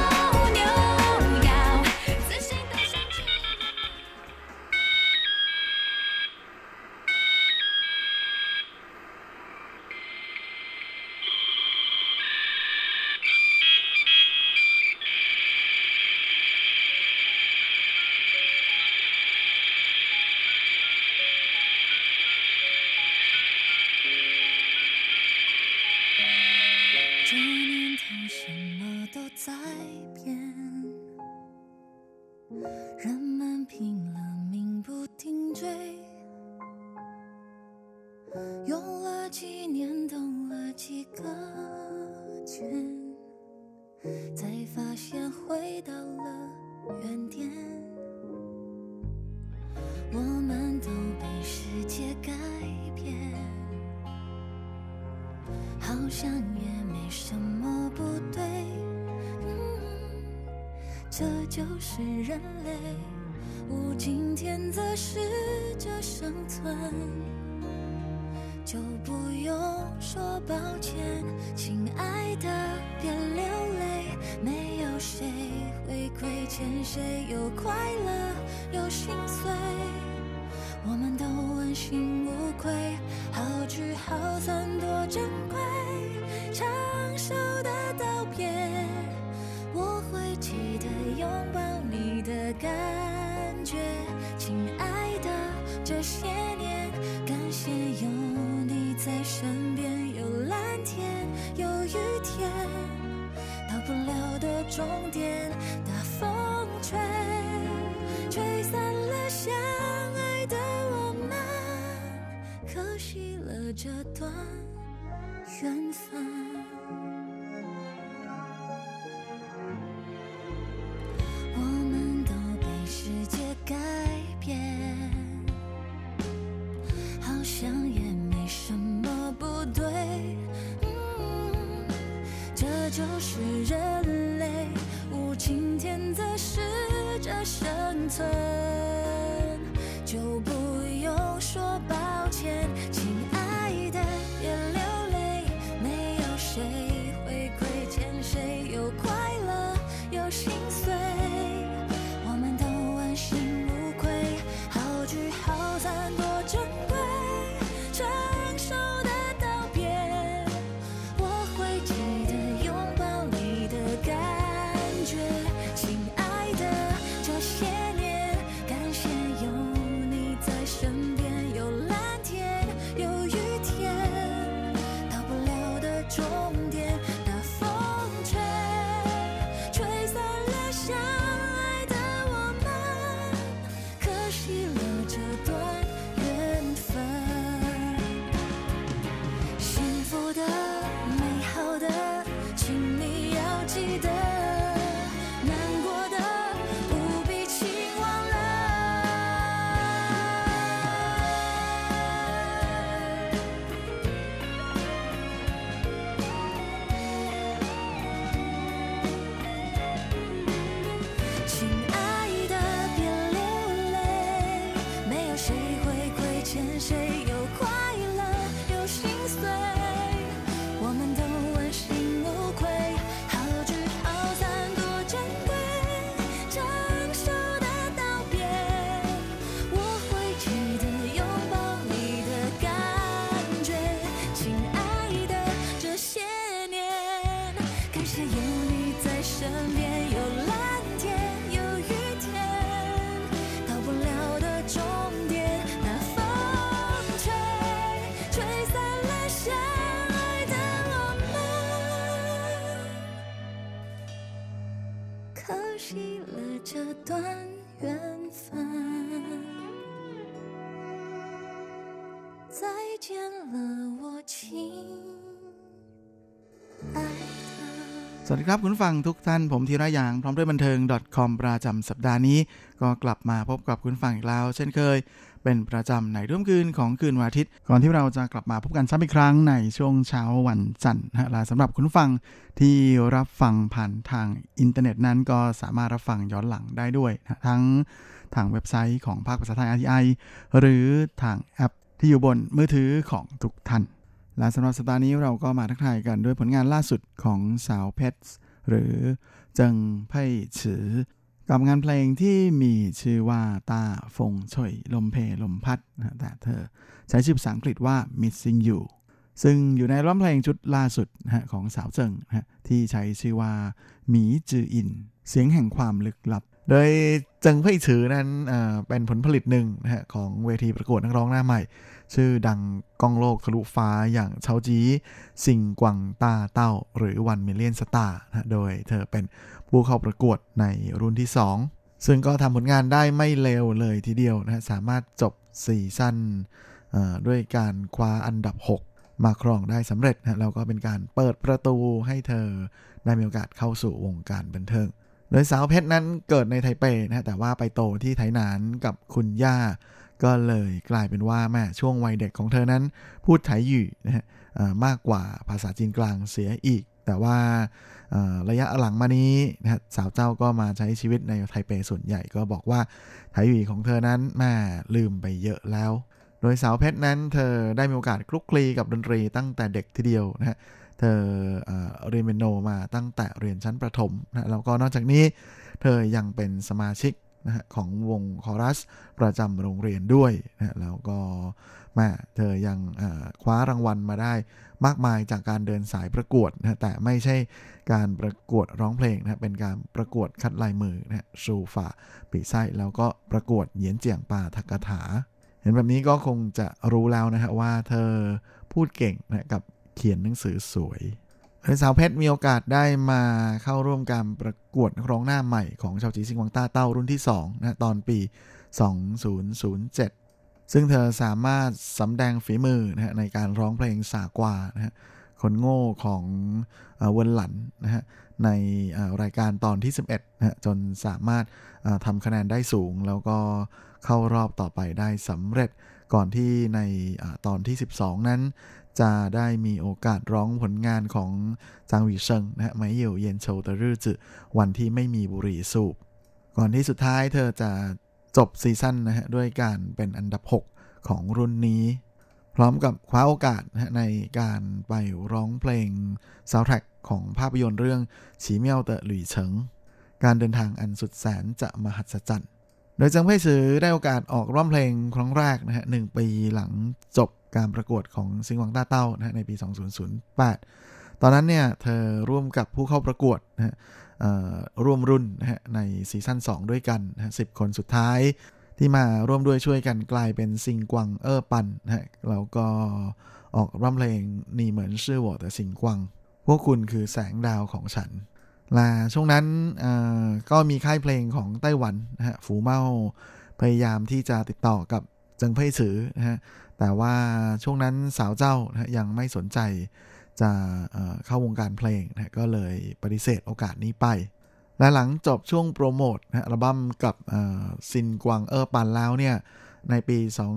这年头什么都在变，人们拼了命不停追，用了几年动了几个圈，才发现回到了原点。我们都被世界改变，好像也没什么不对，这就是人类，无今天则试着生存，就不用说抱歉，亲爱的别流泪，没有谁会亏欠谁，有快乐有心碎，我们都问心无愧，好聚好散多珍贵，长寿的道别，我会记得拥抱你的感觉，亲爱的这些年，感谢有你在身边，有蓝天有雨天，到不了的终点，大风吹吹散了相爱的我们，可惜了这段缘分。我们都被世界改变，好像也没什么不对，这就是人类，无今天则试着生存，就不用说抱歉，亲爱的别流泪，没有谁会亏欠谁，有快乐有心碎，我们都问心无愧，好聚好散多珍贵，成熟的道别，我会记得拥抱你的感觉，亲爱的这些年，感谢有你在身边，有蓝天有雨天，到不了的终点，大风吹吹散了相爱的我们，可惜了这段缘分。幸福的美好的请你要记得，难过的不必轻忘了，亲爱的别流泪，没有谁会亏欠谁，有快乐有心碎，我们都问心无愧，好聚好散多珍贵，成熟的道别，我会记得拥抱你的感觉，亲爱的这些年，感谢有你在身边，有蓝天有雨天，到不了的终点，那风吹吹散了相爱的我们，可惜了这段缘分，再见了我亲爱的。 สวัสดีครับคุณผู้ฟังทุกท่านผมธีระยางพร้อมด้วยบันเทิง .com ประจำสัปดาห์นี้ก็กลับมาพบกับคุณผู้ฟังอีกแล้วเช่นเคยเป็นประจำในรุ่มคืนของคืนวันอาทิตย์ก่อนที่เราจะกลับมาพบกันซ้ำอีกครั้งในช่วงเช้าวันจันทร์และสำหรับคุณผู้ฟังที่รับฟังผ่านทางอินเทอร์เน็ตนั้นก็สามารถรับฟังย้อนหลังได้ด้วยทั้งทางเว็บไซต์ของภาคภาษาไทย RTI หรือทางแอปที่อยู่บนมือถือของทุกท่านและสำหรับสัปดาห์นี้เราก็มาทักทายกันด้วยผลงานล่าสุดของสาวเพชรหรือเจิงไพ่ฉือกับงานเพลงที่มีชื่อว่าต้าฟงช่วยลมเพลมพัดแต่เธอใช้ชื่อภาษาอังกฤษว่า Missing You ซึ่งอยู่ในร้องเพลงชุดล่าสุดของสาวเจิงที่ใช้ชื่อว่าหมีจืออินเสียงแห่งความลึกลับโดยเจิงไพ่ฉือนั้นเป็นผลผลิตหนึ่งของเวทีประกวดนักร้องหน้าใหม่ชื่อดังก้องโลกทะลุฟ้าอย่างเฉาจีซิงกวังต้าเต้าหรือ1 Million Star โดยเธอเป็นผู้เข้าประกวดในรุ่นที่2ซึ่งก็ทำผลงานได้ไม่เลวเลยทีเดียวสามารถจบซีซั่นด้วยการคว้าอันดับ6มาครองได้สำเร็จแล้วก็เป็นการเปิดประตูให้เธอได้มีโอกาสเข้าสู่วงการบันเทิงโดยสาวเพชรนั้นเกิดในไทเปแต่ว่าไปโตที่ไถหนานกับคุณย่าก็เลยกลายเป็นว่าแม่ช่วงวัยเด็กของเธอนั้นพูดไถหยี่มากกว่าภาษาจีนกลางเสียอีกแต่ว่าระยะหลังมานี้สาวเจ้าก็มาใช้ชีวิตในไทเปส่วนใหญ่ก็บอกว่าไถหยี่ของเธอนั้นแม่ลืมไปเยอะแล้วโดยสาวเพชรนั้นเธอได้มีโอกาสคลุกคลีกับดนตรีตั้งแต่เด็กทีเดียวเธอเรียนเปียโนมาตั้งแต่เรียนชั้นประถมแล้วก็นอกจากนี้เธอยังเป็นสมาชิกของวงคอรัสประจำโรงเรียนด้วยแล้วก็เธอยังคว้ารางวัลมาได้มากมายจากการเดินสายประกวดแต่ไม่ใช่การประกวดร้องเพลงเป็นการประกวดคัดลายมือชูฝ่าปีไส้แล้วก็ประกวดเหยียนเจียงป่าทักกถาเห็นแบบนี้ก็คงจะรู้แล้วว่าเธอพูดเก่งกับเขียนหนังสือสวยสาวเพชรมีโอกาสได้มาเข้าร่วมการประกวดนักร้องหน้าใหม่ของเฉาจีซิงกวังต้าเต้ารุ่นที่2ตอนปี 2007 ซึ่งเธอสามารถสำแดงฝีมือในการร้องเพลงสากวาคนโง่ของเวินหลันในรายการตอนที่11จนสามารถทำคะแนนได้สูงแล้วก็เข้ารอบต่อไปได้สำเร็จก่อนที่ในตอนที่12นั้นจะได้มีโอกาสร้องผลงานของจางหวีเซิงไมเหยี่ยวเย็นโชว์ตะรื่อจื่อวันที่ไม่มีบุหรี่สูบก่อนที่สุดท้ายเธอจะจบซีซั่นด้วยการเป็นอันดับ6ของรุ่นนี้พร้อมกับคว้าโอกาสในการไปร้องเพลงซาวด์แทร็กของภาพยนตร์เรื่องฉีเมี่ยวเต๋อหลี่เฉิงการเดินทางอันสุดแสนจะมหัศจรรย์โดยเจิงไพ่ฉือได้โอกาสออกร้องเพลงครั้งแรก1 ปีหลังจบการประกวดของซิงกวังต้าเต้าในปี 2008 ตอนนั้นเนี่ยเธอร่วมกับผู้เข้าประกวดร่วมรุ่นในซีซั่น2ด้วยกัน10 คนสุดท้ายที่มาร่วมด้วยช่วยกันกลายเป็นซิงกวังปันแล้วก็ออกร้องเพลงนี่เหมือนชื่อว่าแต่ซิงกวังพวกคุณคือแสงดาวของฉันและช่วงนั้นก็มีค่ายเพลงของไต้หวันฝูเม่าพยายามที่จะติดต่อกับเจิงไพ่ฉือแต่ว่าช่วงนั้นสาวเจ้ายังไม่สนใจจะเข้าวงการเพลงก็เลยปฏิเสธโอกาสนี้ไปและหลังจบช่วงโปรโมทอัลบั้มกับซินกวังปันแล้วเนี่ยในปี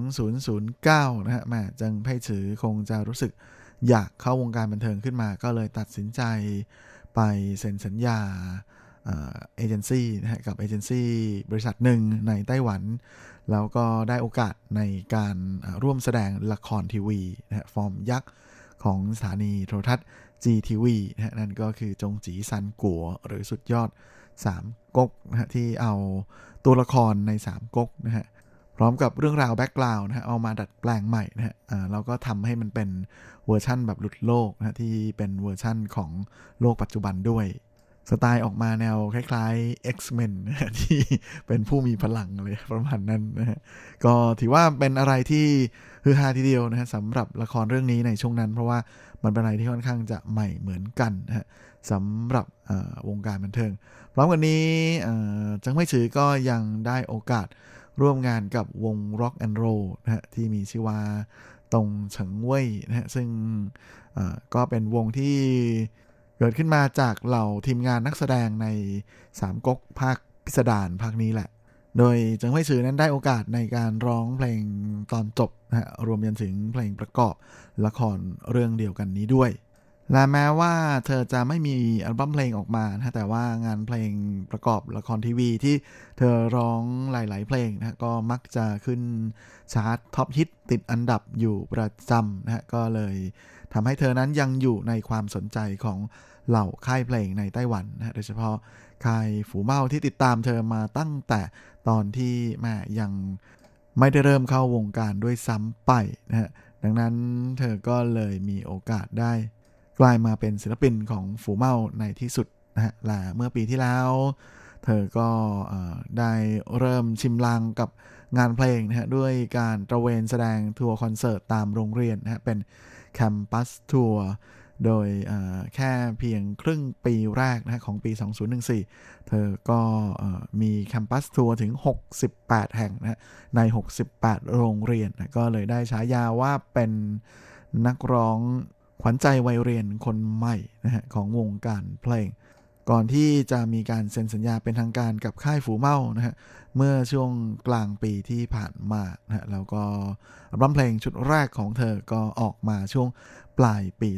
2009 แม่เจิงไพ่ฉือคงจะรู้สึกอยากเข้าวงการบันเทิงขึ้นมาก็เลยตัดสินใจไปเซ็นสัญญาเอเจนซี่กับเอเจนซี่บริษัทหนึ่งในไต้หวันแล้วก็ได้โอกาสในการร่วมแสดงละครทีวีฟอร์มยักษ์ของสถานีโทรทัศน์ GTV นั่นก็คือจงจีซันกัวหรือสุดยอด3ก๊กที่เอาตัวละครใน3ก๊กพร้อมกับเรื่องราวแบ็คกราวด์เอามาดัดแปลงใหม่แล้วก็ทำให้มันเป็นเวอร์ชั่นแบบหลุดโลกที่เป็นเวอร์ชั่นของโลกปัจจุบันด้วยสไตล์ออกมาแนวคล้ายๆ X-Men ที่เป็นผู้มีพลังเลยประมาณนั้นก็ถือว่าเป็นอะไรที่ฮือฮาทีเดียวสำหรับละครเรื่องนี้ในช่วงนั้นเพราะว่ามันเป็นอะไรที่ค่อนข้างจะใหม่เหมือนกันสำหรับวงการบันเทิงพร้อมกันนี้เจิงไพ่ฉือก็ยังได้โอกาสร่วมงานกับวง Rock and Roll ที่มีชื่อว่าตงเฉิงเว่ยซึ่งก็เป็นวงที่เกิดขึ้นมาจากเหล่าทีมงานนักแสดงในสามก๊กภาคพิสดารภาคนี้แหละโดยเจิงไห่ซือนั้นได้โอกาสในการร้องเพลงตอนจบนะฮะรวมยันถึงเพลงประกอบละครเรื่องเดียวกันนี้ด้วยและแม้ว่าเธอจะไม่มีอัลบั้มเพลงออกมานะแต่ว่างานเพลงประกอบละครทีวีที่เธอร้องหลายๆเพลงนะก็มักจะขึ้นชาร์ตท็อปฮิตติดอันดับอยู่ประจำนะฮะก็เลยทำให้เธอนั้นยังอยู่ในความสนใจของเหล่าค่ายเพลงในไต้หวันนะโดยเฉพาะค่ายฝูเม่าที่ติดตามเธอมาตั้งแต่ตอนที่แม่ยังไม่ได้เริ่มเข้าวงการด้วยซ้ำไปนะฮะดังนั้นเธอก็เลยมีโอกาสได้กลายมาเป็นศิลปินของฝูเม่าในที่สุดนะฮะและเมื่อปีที่แล้วเธอก็ได้เริ่มชิมลางกับงานเพลงนะฮะด้วยการตระเวนแสดงทัวร์คอนเสิร์ตตามโรงเรียนนะฮะเป็นแคมปัสทัวร์โดยแค่เพียงครึ่งปีแรกนะของปี 2014 เธอก็มีแคมปัสทัวร์ถึง68แห่งนะใน68โรงเรียนนะก็เลยได้ฉายาว่าเป็นนักร้องขวัญใจวัยเรียนคนใหม่นะฮะของวงการเพลงก่อนที่จะมีการเซ็นสัญญาเป็นทางการกับค่ายฝูเม่านะฮะเมื่อช่วงกลางปีที่ผ่านมานะฮะแล้วก็อัลบั้มเพลงชุดแรกของเธอก็ออกมาช่วงปลายปี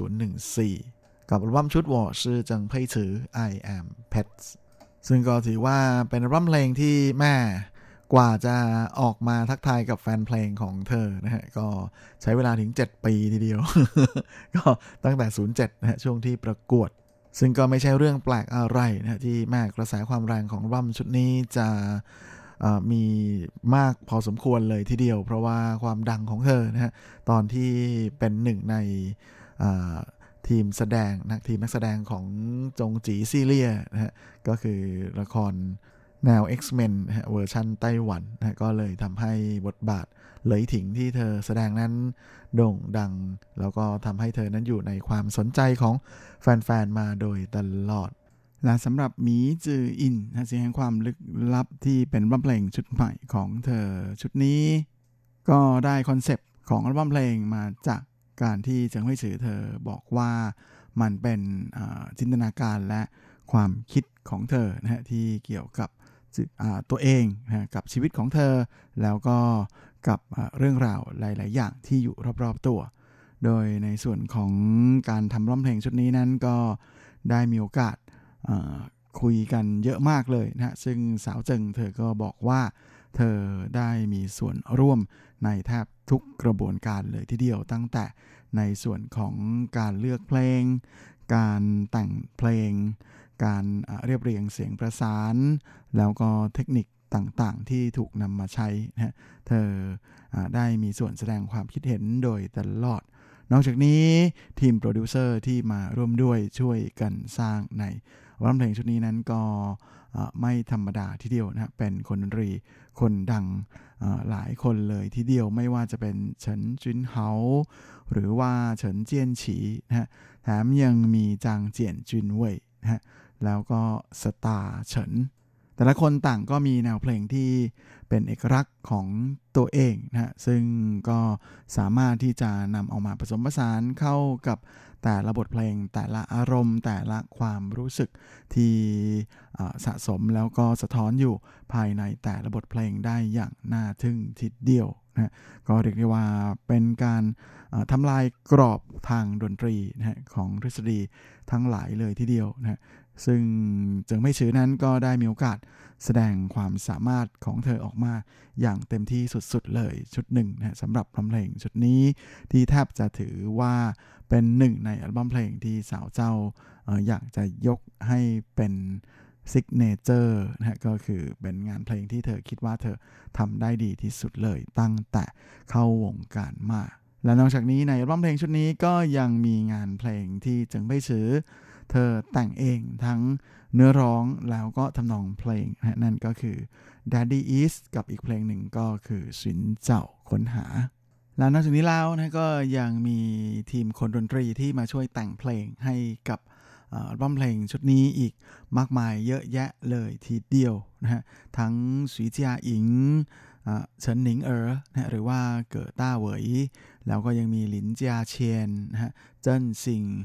2014 กับอัลบั้มชุด我是郑佩慈 I am Pets ซึ่งก็ถือว่าเป็นอัลบั้มเพลงที่แม่กว่าจะออกมาทักทายกับแฟนเพลงของเธอนะฮะก็ใช้เวลาถึง7ปีทีเดียว ก็ตั้งแต่07นะฮะช่วงที่ประกวดซึ่งก็ไม่ใช่เรื่องแปลกอะไรนะที่แม่กระแสความแรงของอัลบั้มชุดนี้จะมีมากพอสมควรเลยทีเดียวเพราะว่าความดังของเธอนะฮะตอนที่เป็นหนึ่งในทีมแสดงทีมนักแสดงของจงจีซีเรียนะฮะก็คือละครแนว X-Men นะฮะเวอร์ชันไต้หวันนะก็เลยทำให้บทบาทเหลยถิงที่เธอแสดงนั้นโด่งดังแล้วก็ทำให้เธอนั้นอยู่ในความสนใจของแฟนๆมาโดยตลอดและสำหรับหมีจืออินนะเสียงแห่งความลึกลับที่เป็นอัลบั้มเพลงชุดใหม่ของเธอชุดนี้ก็ได้คอนเซปต์ของอัลบั้มเพลงมาจากการที่เจิงไห่ซือเธอบอกว่ามันเป็นจินตนาการและความคิดของเธอนะฮะที่เกี่ยวกับตัวเองนะกับชีวิตของเธอแล้วก็กับเรื่องราวหลายๆอย่างที่อยู่รอบๆตัวโดยในส่วนของการทำอัลบั้มเพลงชุดนี้นั้นก็ได้มีโอกาสคุยกันเยอะมากเลยนะฮะซึ่งสาวเจิงเธอก็บอกว่าเธอได้มีส่วนร่วมในแทบทุกกระบวนการเลยทีเดียวตั้งแต่ในส่วนของการเลือกเพลงการแต่งเพลงการเรียบเรียงเสียงประสานแล้วก็เทคนิคต่างๆที่ถูกนำมาใช้นะฮะเธอได้มีส่วนแสดงความคิดเห็นโดยตลอดนอกจากนี้ทีมโปรดิวเซอร์ที่มาร่วมด้วยช่วยกันสร้างในอัลบั้มเพลงชุดนี้นั้นก็ไม่ธรรมดาทีเดียวนะเป็นคนดนตรีคนดังหลายคนเลยทีเดียวไม่ว่าจะเป็นเฉินจุนเหาหรือว่าเฉินเจียนฉีนะฮะแถมยังมีจางเจียนจุนเว่ยนะฮะแล้วก็สตาร์เฉินแต่ละคนต่างก็มีแนวเพลงที่เป็นเอกลักษณ์ของตัวเองนะฮะซึ่งก็สามารถที่จะนำเอามาผสมผสานเข้ากับแต่ละบทเพลงแต่ละอารมณ์แต่ละความรู้สึกที่สะสมแล้วก็สะท้อนอยู่ภายในแต่ละบทเพลงได้อย่างน่าทึ่งทีเดียวนะก็เรียกได้ว่าเป็นการทำลายกรอบทางดนตรีนะของทฤษฎีทั้งหลายเลยทีเดียวนะซึ่งเจิงไห่ซือนั้นก็ได้มีโอกาสแสดงความสามารถของเธอออกมาอย่างเต็มที่สุดๆเลยชุดหนึ่งนะสำหรับเพลงชุดนี้ที่แทบจะถือว่าเป็นหนึ่งในอัลบั้มเพลงที่สาวเจ้าอยากจะยกให้เป็นซิกเนเจอร์นะก็คือเป็นงานเพลงที่เธอคิดว่าเธอทำได้ดีที่สุดเลยตั้งแต่เข้าวงการมาและนอกจากนี้ในอัลบั้มเพลงชุดนี้ก็ยังมีงานเพลงที่เจิงไห่ซือเธอแต่งเองทั้งเนื้อร้องแล้วก็ทำนองเพลงนะนั่นก็คือ Daddy Is กับอีกเพลงหนึ่งก็คือสินเจ้าค้นหาและนอกจากนี้แล้วนะก็ยังมีทีมคนดนตรีที่มาช่วยแต่งเพลงให้กับอัลบั้มเพลงชุดนี้อีกมากมายเยอะแยะเลยทีเดียวนะฮะทั้งสุยเจียอิงเฉินหนิงนะหรือว่าเก๋อต้าเหวยแล้วก็ยังมีหลินเจียเชียนนะฮะเจิ้นซิง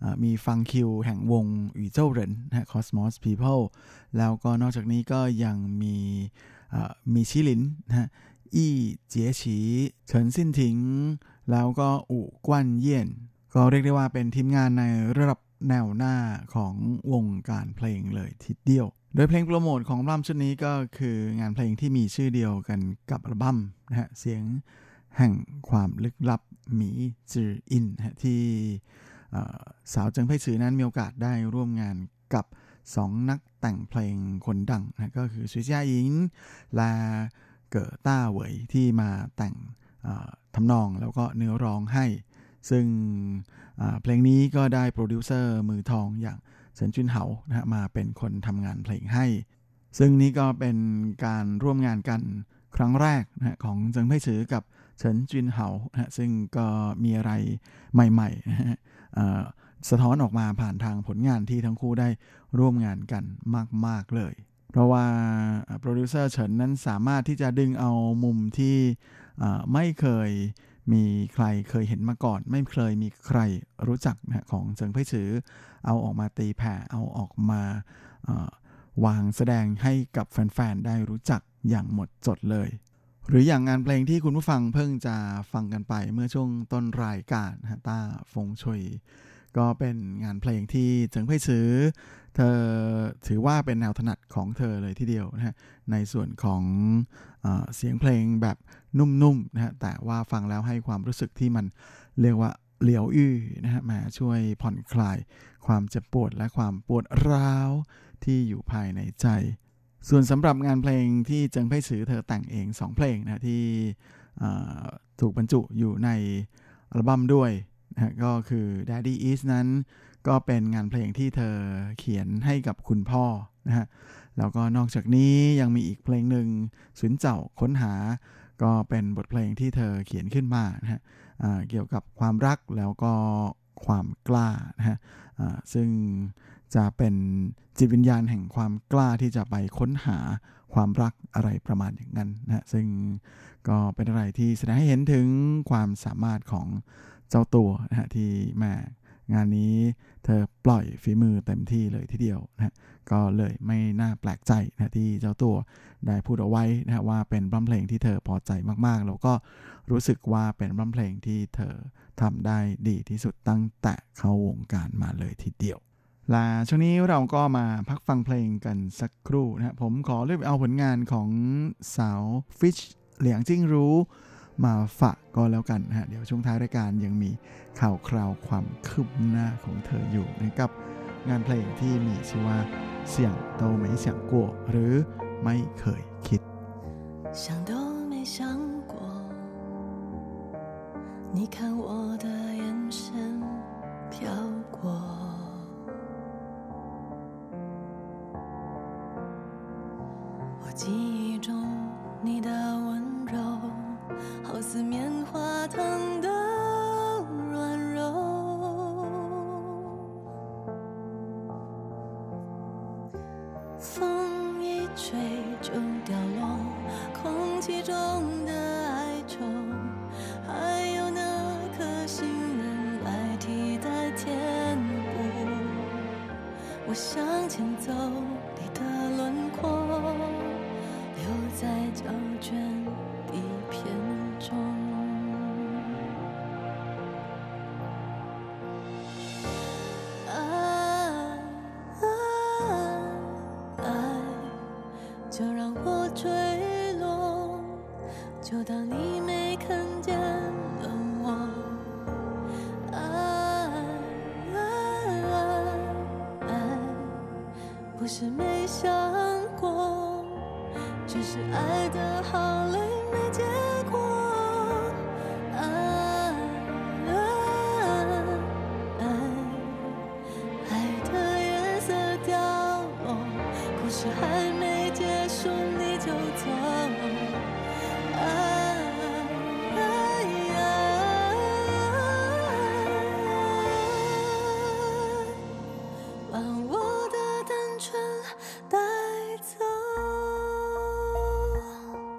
มีฟังคิวแห่งวง宇宙人นะฮะ Cosmos People แล้วก็นอกจากนี้ก็ยังมีชิลินนะฮะอี้เจี๋ยฉีเฉินซินถิงแล้วก็อู่กวนเยี่ยนก็เรียกได้ว่าเป็นทีมงานในระดับแนวหน้าของวงการเพลงเลยทีเดียวโดยเพลงโปรโมทของอัลบั้มชุดนี้ก็คืองานเพลงที่มีชื่อเดียวกันกับอัลบั้มนะฮะเสียงแห่งความลึกลับหมีจืออินนะที่สาวเจิงไพ่ซือนั้นมีโอกาสได้ร่วมงานกับ2นักแต่งเพลงคนดังนะก็คือซุยเจียหญิงและเก๋อต้าเหวยที่มาแต่งทำนองแล้วก็เนื้อร้องให้ซึ่งเพลงนี้ก็ได้โปรดิวเซอร์มือทองอย่างเฉินจุนเหานะฮะมาเป็นคนทำงานเพลงให้ซึ่งนี้ก็เป็นการร่วมงานกันครั้งแรกนะฮะของเจิงไพ่ซือกับเฉินจุนเหานะฮะซึ่งก็มีอะไรใหม่ๆนะฮะสะท้อนออกมาผ่านทางผลงานที่ทั้งคู่ได้ร่วมงานกันมากๆเลยเพราะว่าโปรดิวเซอร์เฉินนั้นสามารถที่จะดึงเอามุมที่ไม่เคยมีใครเคยเห็นมาก่อนไม่เคยมีใครรู้จักนะของเจิงไพ่ซือเอาออกมาตีแผ่เอาออกมาวางแสดงให้กับแฟนๆได้รู้จักอย่างหมดจดเลยหรืออย่างงานเพลงที่คุณผู้ฟังเพิ่งจะฟังกันไปเมื่อช่วงต้นรายการนะต้าฟงชุยก็เป็นงานเพลงที่เจิงไพ่ซือเธอถือว่าเป็นแนวถนัดของเธอเลยทีเดียวนะฮะในส่วนของเสียงเพลงแบบนุ่มๆนะฮะแต่ว่าฟังแล้วให้ความรู้สึกที่มันเรียกว่าเหลียวอื้อนะฮะมาช่วยผ่อนคลายความเจ็บปวดและความปวดร้าวที่อยู่ภายในใจส่วนสำหรับงานเพลงที่เจิงไพ่ซือเธอแต่งเอง2เพลงนะที่ถูกบรรจุอยู่ในอัลบั้มด้วยนะก็คือ Daddy Is นั้นก็เป็นงานเพลงที่เธอเขียนให้กับคุณพ่อนะฮะแล้วก็นอกจากนี้ยังมีอีกเพลงหนึ่งสุนเจ้าค้นหาก็เป็นบทเพลงที่เธอเขียนขึ้นมานะฮะเกี่ยวกับความรักแล้วก็ความกล้านะฮะซึ่งจะเป็นจิตวิญญาณแห่งความกล้าที่จะไปค้นหาความรักอะไรประมาณอย่างนั้นนะฮะซึ่งก็เป็นอะไรที่แสดงให้เห็นถึงความสามารถของเจ้าตัวนะฮะที่มางานนี้เธอปล่อยฝีมือเต็มที่เลยทีเดียวนะฮะก็เลยไม่น่าแปลกใจนะที่เจ้าตัวได้พูดเอาไว้นะฮะว่าเป็นบั้มเพลงที่เธอพอใจมากๆแล้วก็รู้สึกว่าเป็นบั้มเพลงที่เธอทำได้ดีที่สุดตั้งแต่เข้าวงการมาเลยทีเดียวและช่วงนี้เราก็มาพักฟังเพลงกันสักครู่นะฮะผมขอเลือกเอาผลงานของสาวฟิชเหลียงจิ้งรู้มาฝากก็แล้วกันนะฮะเดี๋ยวช่วงท้ายรายการยังมีข่าวคราวความคืบหน้าของเธออยู่นะครับงานเพลงที่มีชื่อว่าเสี่ยงโตไม่เสี่ยงกัวหรือไม่เคยคิด想都没想过你看我的眼神飘过我记忆中你的温柔好似棉花糖的软柔风一吹就掉落空气中的哀愁还有那颗心人来替代填补我向前走你的轮廓留在胶卷底片中就让我坠落就当你没看见了我不是没想过只是爱得好累没结果爱的颜色掉落故事还没结束你就走把我的单纯带走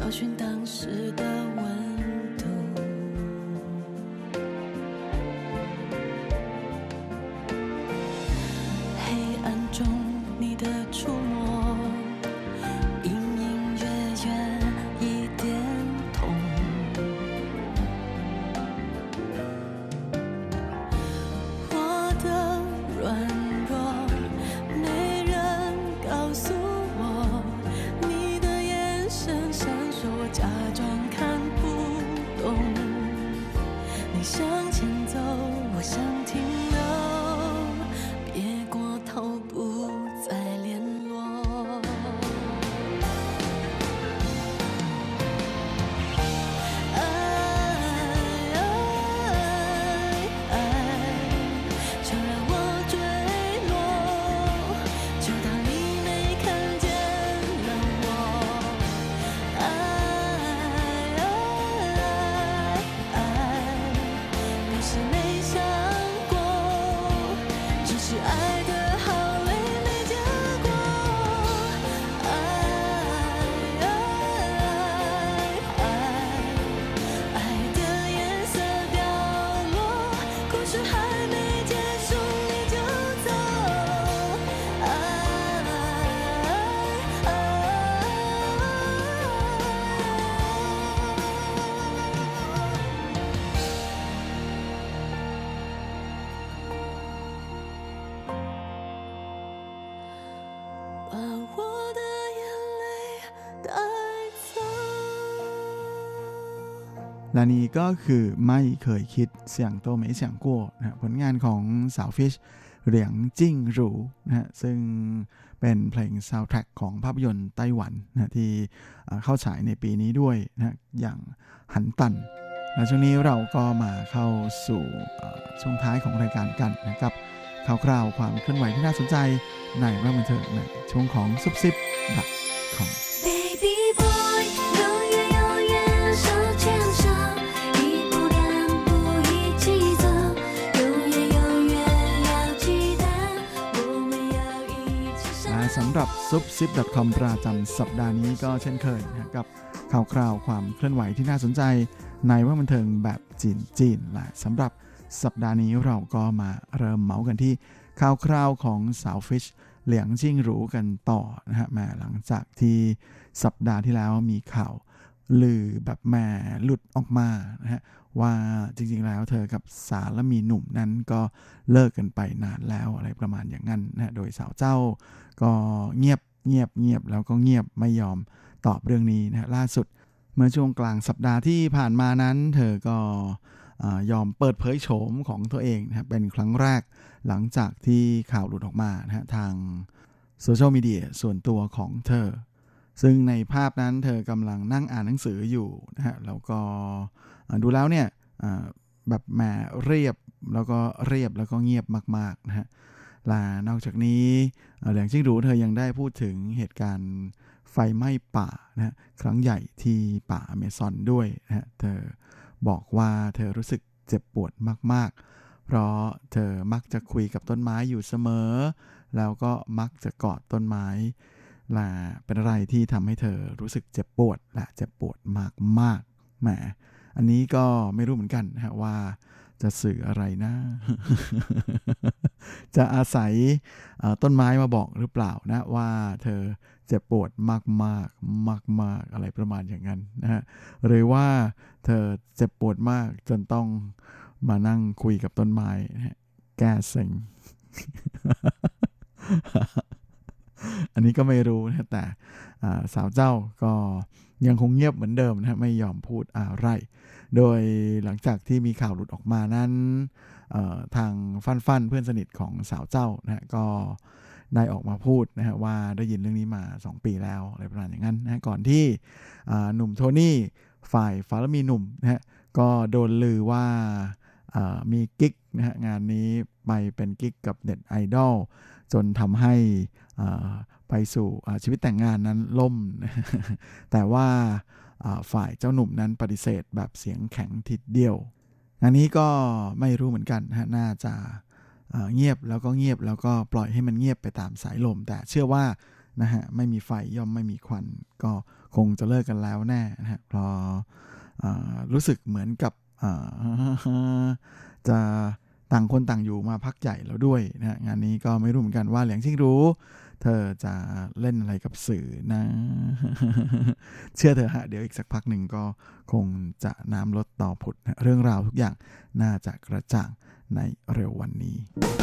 找寻当时的温度。黑暗中你的触摸，隐隐约约一点痛。我的软弱没人告诉我，你的眼神闪烁，我假装看不懂。你向前走，我想停留，别过头不再联络。就让我坠落，就当你没看见了我。不是没想过，只是爱得好累没结果。爱的颜色掉落，故事还没结束你就走。把我的眼泪带走。 และนี่ก็คือไม่เคยคิดเสี่ยงโตไม่เสี่ยงกัวนะผลงานของสาวฟิชเหลียงจิ้งหรูนะฮะซึ่งเป็นเพลงซาวด์แทร็กของภาพยนตร์ไต้หวันนะที่เข้าฉายในปีนี้ด้วยนะอย่างหันตันและช่วงนี้เราก็มาเข้าสู่ช่วงท้ายของรายการกันนะครับคร่าวๆความเคลื่อนไหวที่น่าสนใจในแวดวงบันเทิงในช่วงของซุปซิป.com Baby boy， 永远永远手牵手，一步两步一起走，永远永远要记得，我们要一起上。 และสำหรับ subsip.com ประจำสัปดาห์นี้ก็เช่นเคยนะครับคร่าวๆความเคลื่อนไหวที่น่าสนใจในแวดวงบันเทิงแบบจีนและสำหรับสัปดาห์นี้เราก็มาเริ่มเมาส์กันที่คร่าวๆของสาวฟิชเหลียงจิ้งหรูกันต่อนะฮะแม่หลังจากที่สัปดาห์ที่แล้วมีข่าวลือแบบแม่หลุดออกมานะฮะว่าจริงๆแล้วเธอกับสามีหนุ่มนั้นก็เลิกกันไปนานแล้วอะไรประมาณอย่างนั้นนะโดยสาวเจ้าก็เงียบแล้วก็เงียบไม่ยอมตอบเรื่องนี้นะฮะล่าสุดเมื่อช่วงกลางสัปดาห์ที่ผ่านมานั้นเธอก็ยอมเปิดเผยโฉมของตัวเองนะเป็นครั้งแรกหลังจากที่ข่าวหลุดออกมานะฮะทางโซเชียลมีเดียส่วนตัวของเธอซึ่งในภาพนั้นเธอกำลังนั่งอ่านหนังสืออยู่นะฮะแล้วก็ดูแล้วเนี่ยแบบแหมเรียบแล้วก็เงียบมากๆนะฮะและนอกจากนี้เหลียงจิ้งหรูเธอยังได้พูดถึงเหตุการณ์ไฟไหม้ป่านะฮะครั้งใหญ่ที่ป่าอเมซอนด้วยนะฮะเธอบอกว่าเธอรู้สึกเจ็บปวดมากๆเพราะเธอมักจะคุยกับต้นไม้อยู่เสมอแล้วก็มักจะกอดต้นไม้และเป็นอะไรที่ทำให้เธอรู้สึกเจ็บปวดและเจ็บปวดมากๆแหมอันนี้ก็ไม่รู้เหมือนกันนะว่าจะสื่ออะไรนะ จะอาศัยต้นไม้มาบอกหรือเปล่านะว่าเธอเจ็บปวดมากอะไรประมาณอย่างนั้นนะฮะหรือว่าเธอเจ็บปวดมากจนต้องมานั่งคุยกับต้นไม้นะฮะแก้เซ็ง อันนี้ก็ไม่รู้นะแต่สาวเจ้าก็ยังคงเงียบเหมือนเดิมนะไม่ยอมพูดอะไรโดยหลังจากที่มีข่าวหลุดออกมานั้นทางฟันเพื่อนสนิทของสาวเจ้านะก็ได้ออกมาพูดนะฮะว่าได้ยินเรื่องนี้มา2ปีแล้วอะไรประมาณอย่างนั้นนะก่อนที่หนุ่มโทนี่ฝ่ายฝาละมีหนุ่มนะฮะก็โดนลือว่ามีกิ๊กนะฮะงานนี้ไปเป็นกิ๊กกับเน็ตไอดอลจนทำให้ไปสู่ชีวิตแต่งงานนั้นล่ม แต่ว่าฝ่ายเจ้าหนุ่มนั้นปฏิเสธแบบเสียงแข็งทีเดียวอันนี้ก็ไม่รู้เหมือนกันนะน่าจะเงียบแล้วก็ปล่อยให้มันเงียบไปตามสายลมแต่เชื่อว่านะฮะไม่มีไฟย่อมไม่มีควันก็คงจะเลิกกันแล้วแน่นะฮะเพราะรู้สึกเหมือนกับจะต่างคนต่างอยู่มาพักใหญ่แล้วด้วยนะฮะงานนี้ก็ไม่รู้เหมือนกันว่าเหลียงชิงรู้เธอจะเล่นอะไรกับสื่อนะ เชื่อเธอฮะเดี๋ยวอีกสักพักหนึ่งก็คงจะน้ำลดต่อผุดนะเรื่องราวทุกอย่างน่าจะกระจ่างในเร็ววันนี้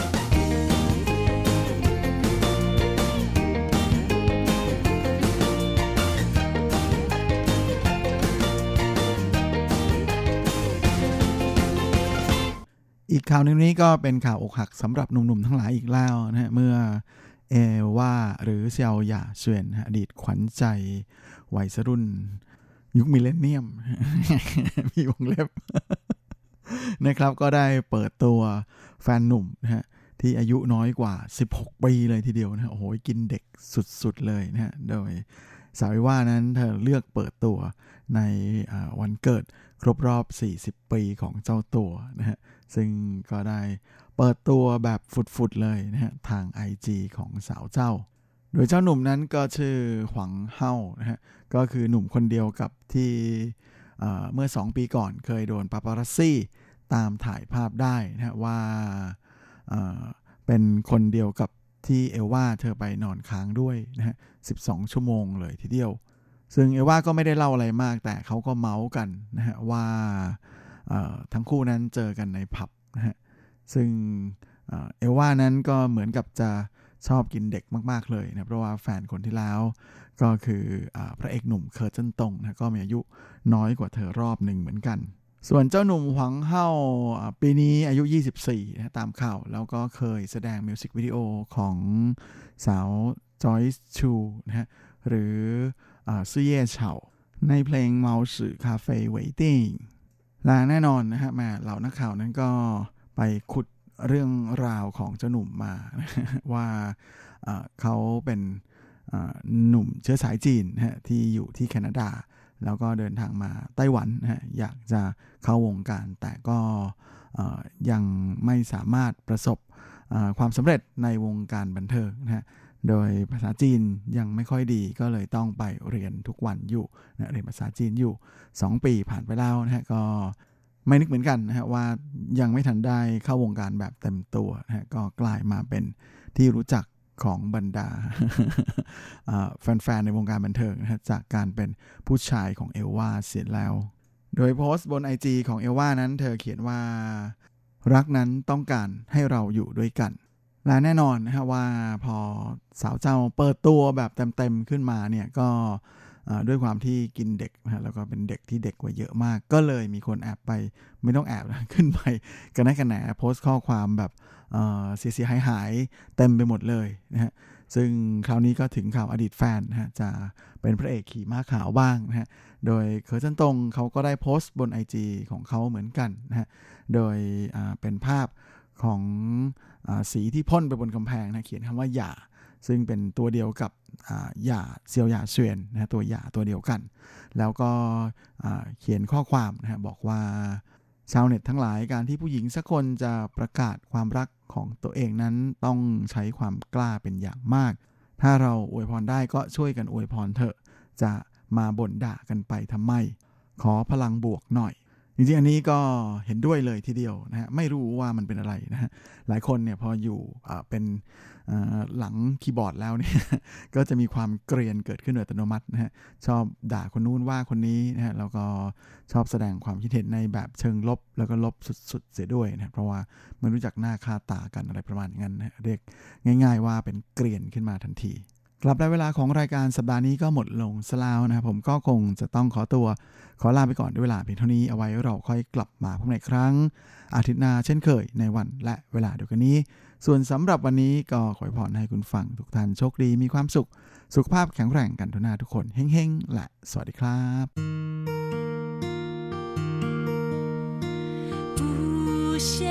อีกข่าวนึงนี้ก็เป็นข่าวอกหักสำหรับหนุ่มๆทั้งหลายอีกแล้วนะฮะเมื่อเอว่าหรือเซียวหย่าเสวียนอดีตขวัญใจวัยรุ่นยุคมิลเลนเนียม มีวงเล็บ นะครับก็ได้เปิดตัวแฟนหนุ่มนะฮะที่อายุน้อยกว่า16ปีเลยทีเดียวนะฮะโอ้โหกินเด็กสุดๆเลยนะฮะโดยสาวว่านั้นเธอเลือกเปิดตัวในวันเกิดครบรอบ40ปีของเจ้าตัวนะฮะซึ่งก็ได้เปิดตัวแบบฟุดๆเลยนะฮะทาง IG ของสาวเจ้าโดยเจ้าหนุ่มนั้นก็ชื่อหวังเฮานะฮะก็คือหนุ่มคนเดียวกับที่เมื่อ2ปีก่อนเคยโดนปาปารัสซี่ตามถ่ายภาพได้นะฮะว่าเป็นคนเดียวกับที่เอว่าเธอไปนอนค้างด้วยนะฮะ12ชั่วโมงเลยทีเดียวซึ่งเอว่าก็ไม่ได้เล่าอะไรมากแต่เขาก็เมาส์กันนะฮะว่าทั้งคู่นั้นเจอกันในผับนะฮะซึ่งเอว่านั้นก็เหมือนกับจะชอบกินเด็กมากๆเลยนะเพราะว่าแฟนคนที่แล้วก็คือพระเอกหนุ่มเคอร์เจิ้นตงนะก็มีอายุน้อยกว่าเธอรอบหนึ่งเหมือนกันส่วนเจ้าหนุ่มหวังเฮาปีนี้อายุ24นะตามข่าวแล้วก็เคยแสดงมิวสิกวิดีโอของสาวจอยส์ชูนะฮะหรือซื่อเย่เฉาในเพลงเมาสือคาเฟ่เวทติ้งและแน่นอนนะฮะมาเหล่านักข่าวนั้นก็ไปขุดเรื่องราวของเจ้าหนุ่มมา ว่าเขาเป็นหนุ่มเชื้อสายจีนนะฮะที่อยู่ที่แคนาดาแล้วก็เดินทางมาไต้หวันนะฮะอยากจะเข้าวงการแต่ก็ยังไม่สามารถประสบความสำเร็จในวงการบันเทิงนะฮะโดยภาษาจีนยังไม่ค่อยดีก็เลยต้องไปเรียนทุกวันอยู่นะเรียนภาษาจีนอยู่2ปีผ่านไปแล้วนะฮะก็ไม่นึกเหมือนกันนะฮะว่ายังไม่ทันได้เข้าวงการแบบเต็มตัวนะฮะก็กลายมาเป็นที่รู้จักของบรรดา แฟนๆในวงการบันเทิงนะฮะจากการเป็นผู้ชายของเอลว่าเสร็จแล้วโดยโพสต์บน IG ของเอลว่านั้นเธอเขียนว่ารักนั้นต้องการให้เราอยู่ด้วยกันและแน่นอนนะฮะว่าพอสาวเจ้าเปิดตัวแบบเต็มๆขึ้นมาเนี่ยก็ด้วยความที่กินเด็กนะฮะแล้วก็เป็นเด็กที่เด็กกว่าเยอะมากก็เลยมีคนแอบไปไม่ต้องแอบนะขึ้นไปกันแหนโพสต์ข้อความแบบเสียหายเต็มไปหมดเลยนะฮะซึ่งคราวนี้ก็ถึงข่าวอดีตแฟนนะฮะจะเป็นพระเอกขี่ม้าขาวบ้างนะฮะโดยเคอร์เจิ้นตงเขาก็ได้โพสต์บน IG ของเขาเหมือนกันนะฮะโดยเป็นภาพของสีที่พ่นไปบนกำแพงนะเขียนคำว่าหย่าซึ่งเป็นตัวเดียวกับหย่าเซียวหย่าเสวียนนะตัวหย่าตัวเดียวกันแล้วก็เขียนข้อความนะฮะบอกว่าชาวเน็ตทั้งหลายการที่ผู้หญิงสักคนจะประกาศความรักของตัวเองนั้นต้องใช้ความกล้าเป็นอย่างมากถ้าเราอวยพรได้ก็ช่วยกันอวยพรเถอะจะมาบ่นด่ากันไปทำไมขอพลังบวกหน่อยจริงๆอันนี้ก็เห็นด้วยเลยทีเดียวนะฮะไม่รู้ว่ามันเป็นอะไรนะฮะหลายคนเนี่ยพออยู่เป็นหลังคีย์บอร์ดแล้วเนี่ยก็จะมีความเกรียนเกิดขึ้นอัตโนมัตินะฮะชอบด่าคนนู้นว่าคนนี้นะฮะแล้วก็ชอบแสดงความคิดเห็นในแบบเชิงลบแล้วก็ลบสุดๆเสียด้วยนะเพราะว่าไม่รู้จักหน้าค่าตากันอะไรประมาณนั้นนะเรียกง่ายๆว่าเป็นเกรียนขึ้นมาทันทีกลับได้เวลาของรายการสัปดาห์นี้ก็หมดลงซะแล้วนะครับผมก็คงจะต้องขอลาไปก่อนด้วยเวลาเพียงเท่านี้เอาไว้เราค่อยกลับมาพบกันอีกครั้งอาทิตย์หน้าเช่นเคยในวันและเวลาเดียวกันนี้ส่วนสำหรับวันนี้ก็ขอพรให้คุณฟังทุกท่านโชคดีมีความสุขสุขภาพแข็งแรงกันทุกหน้าทุกคนเฮ้งๆและสวัสดีครับ不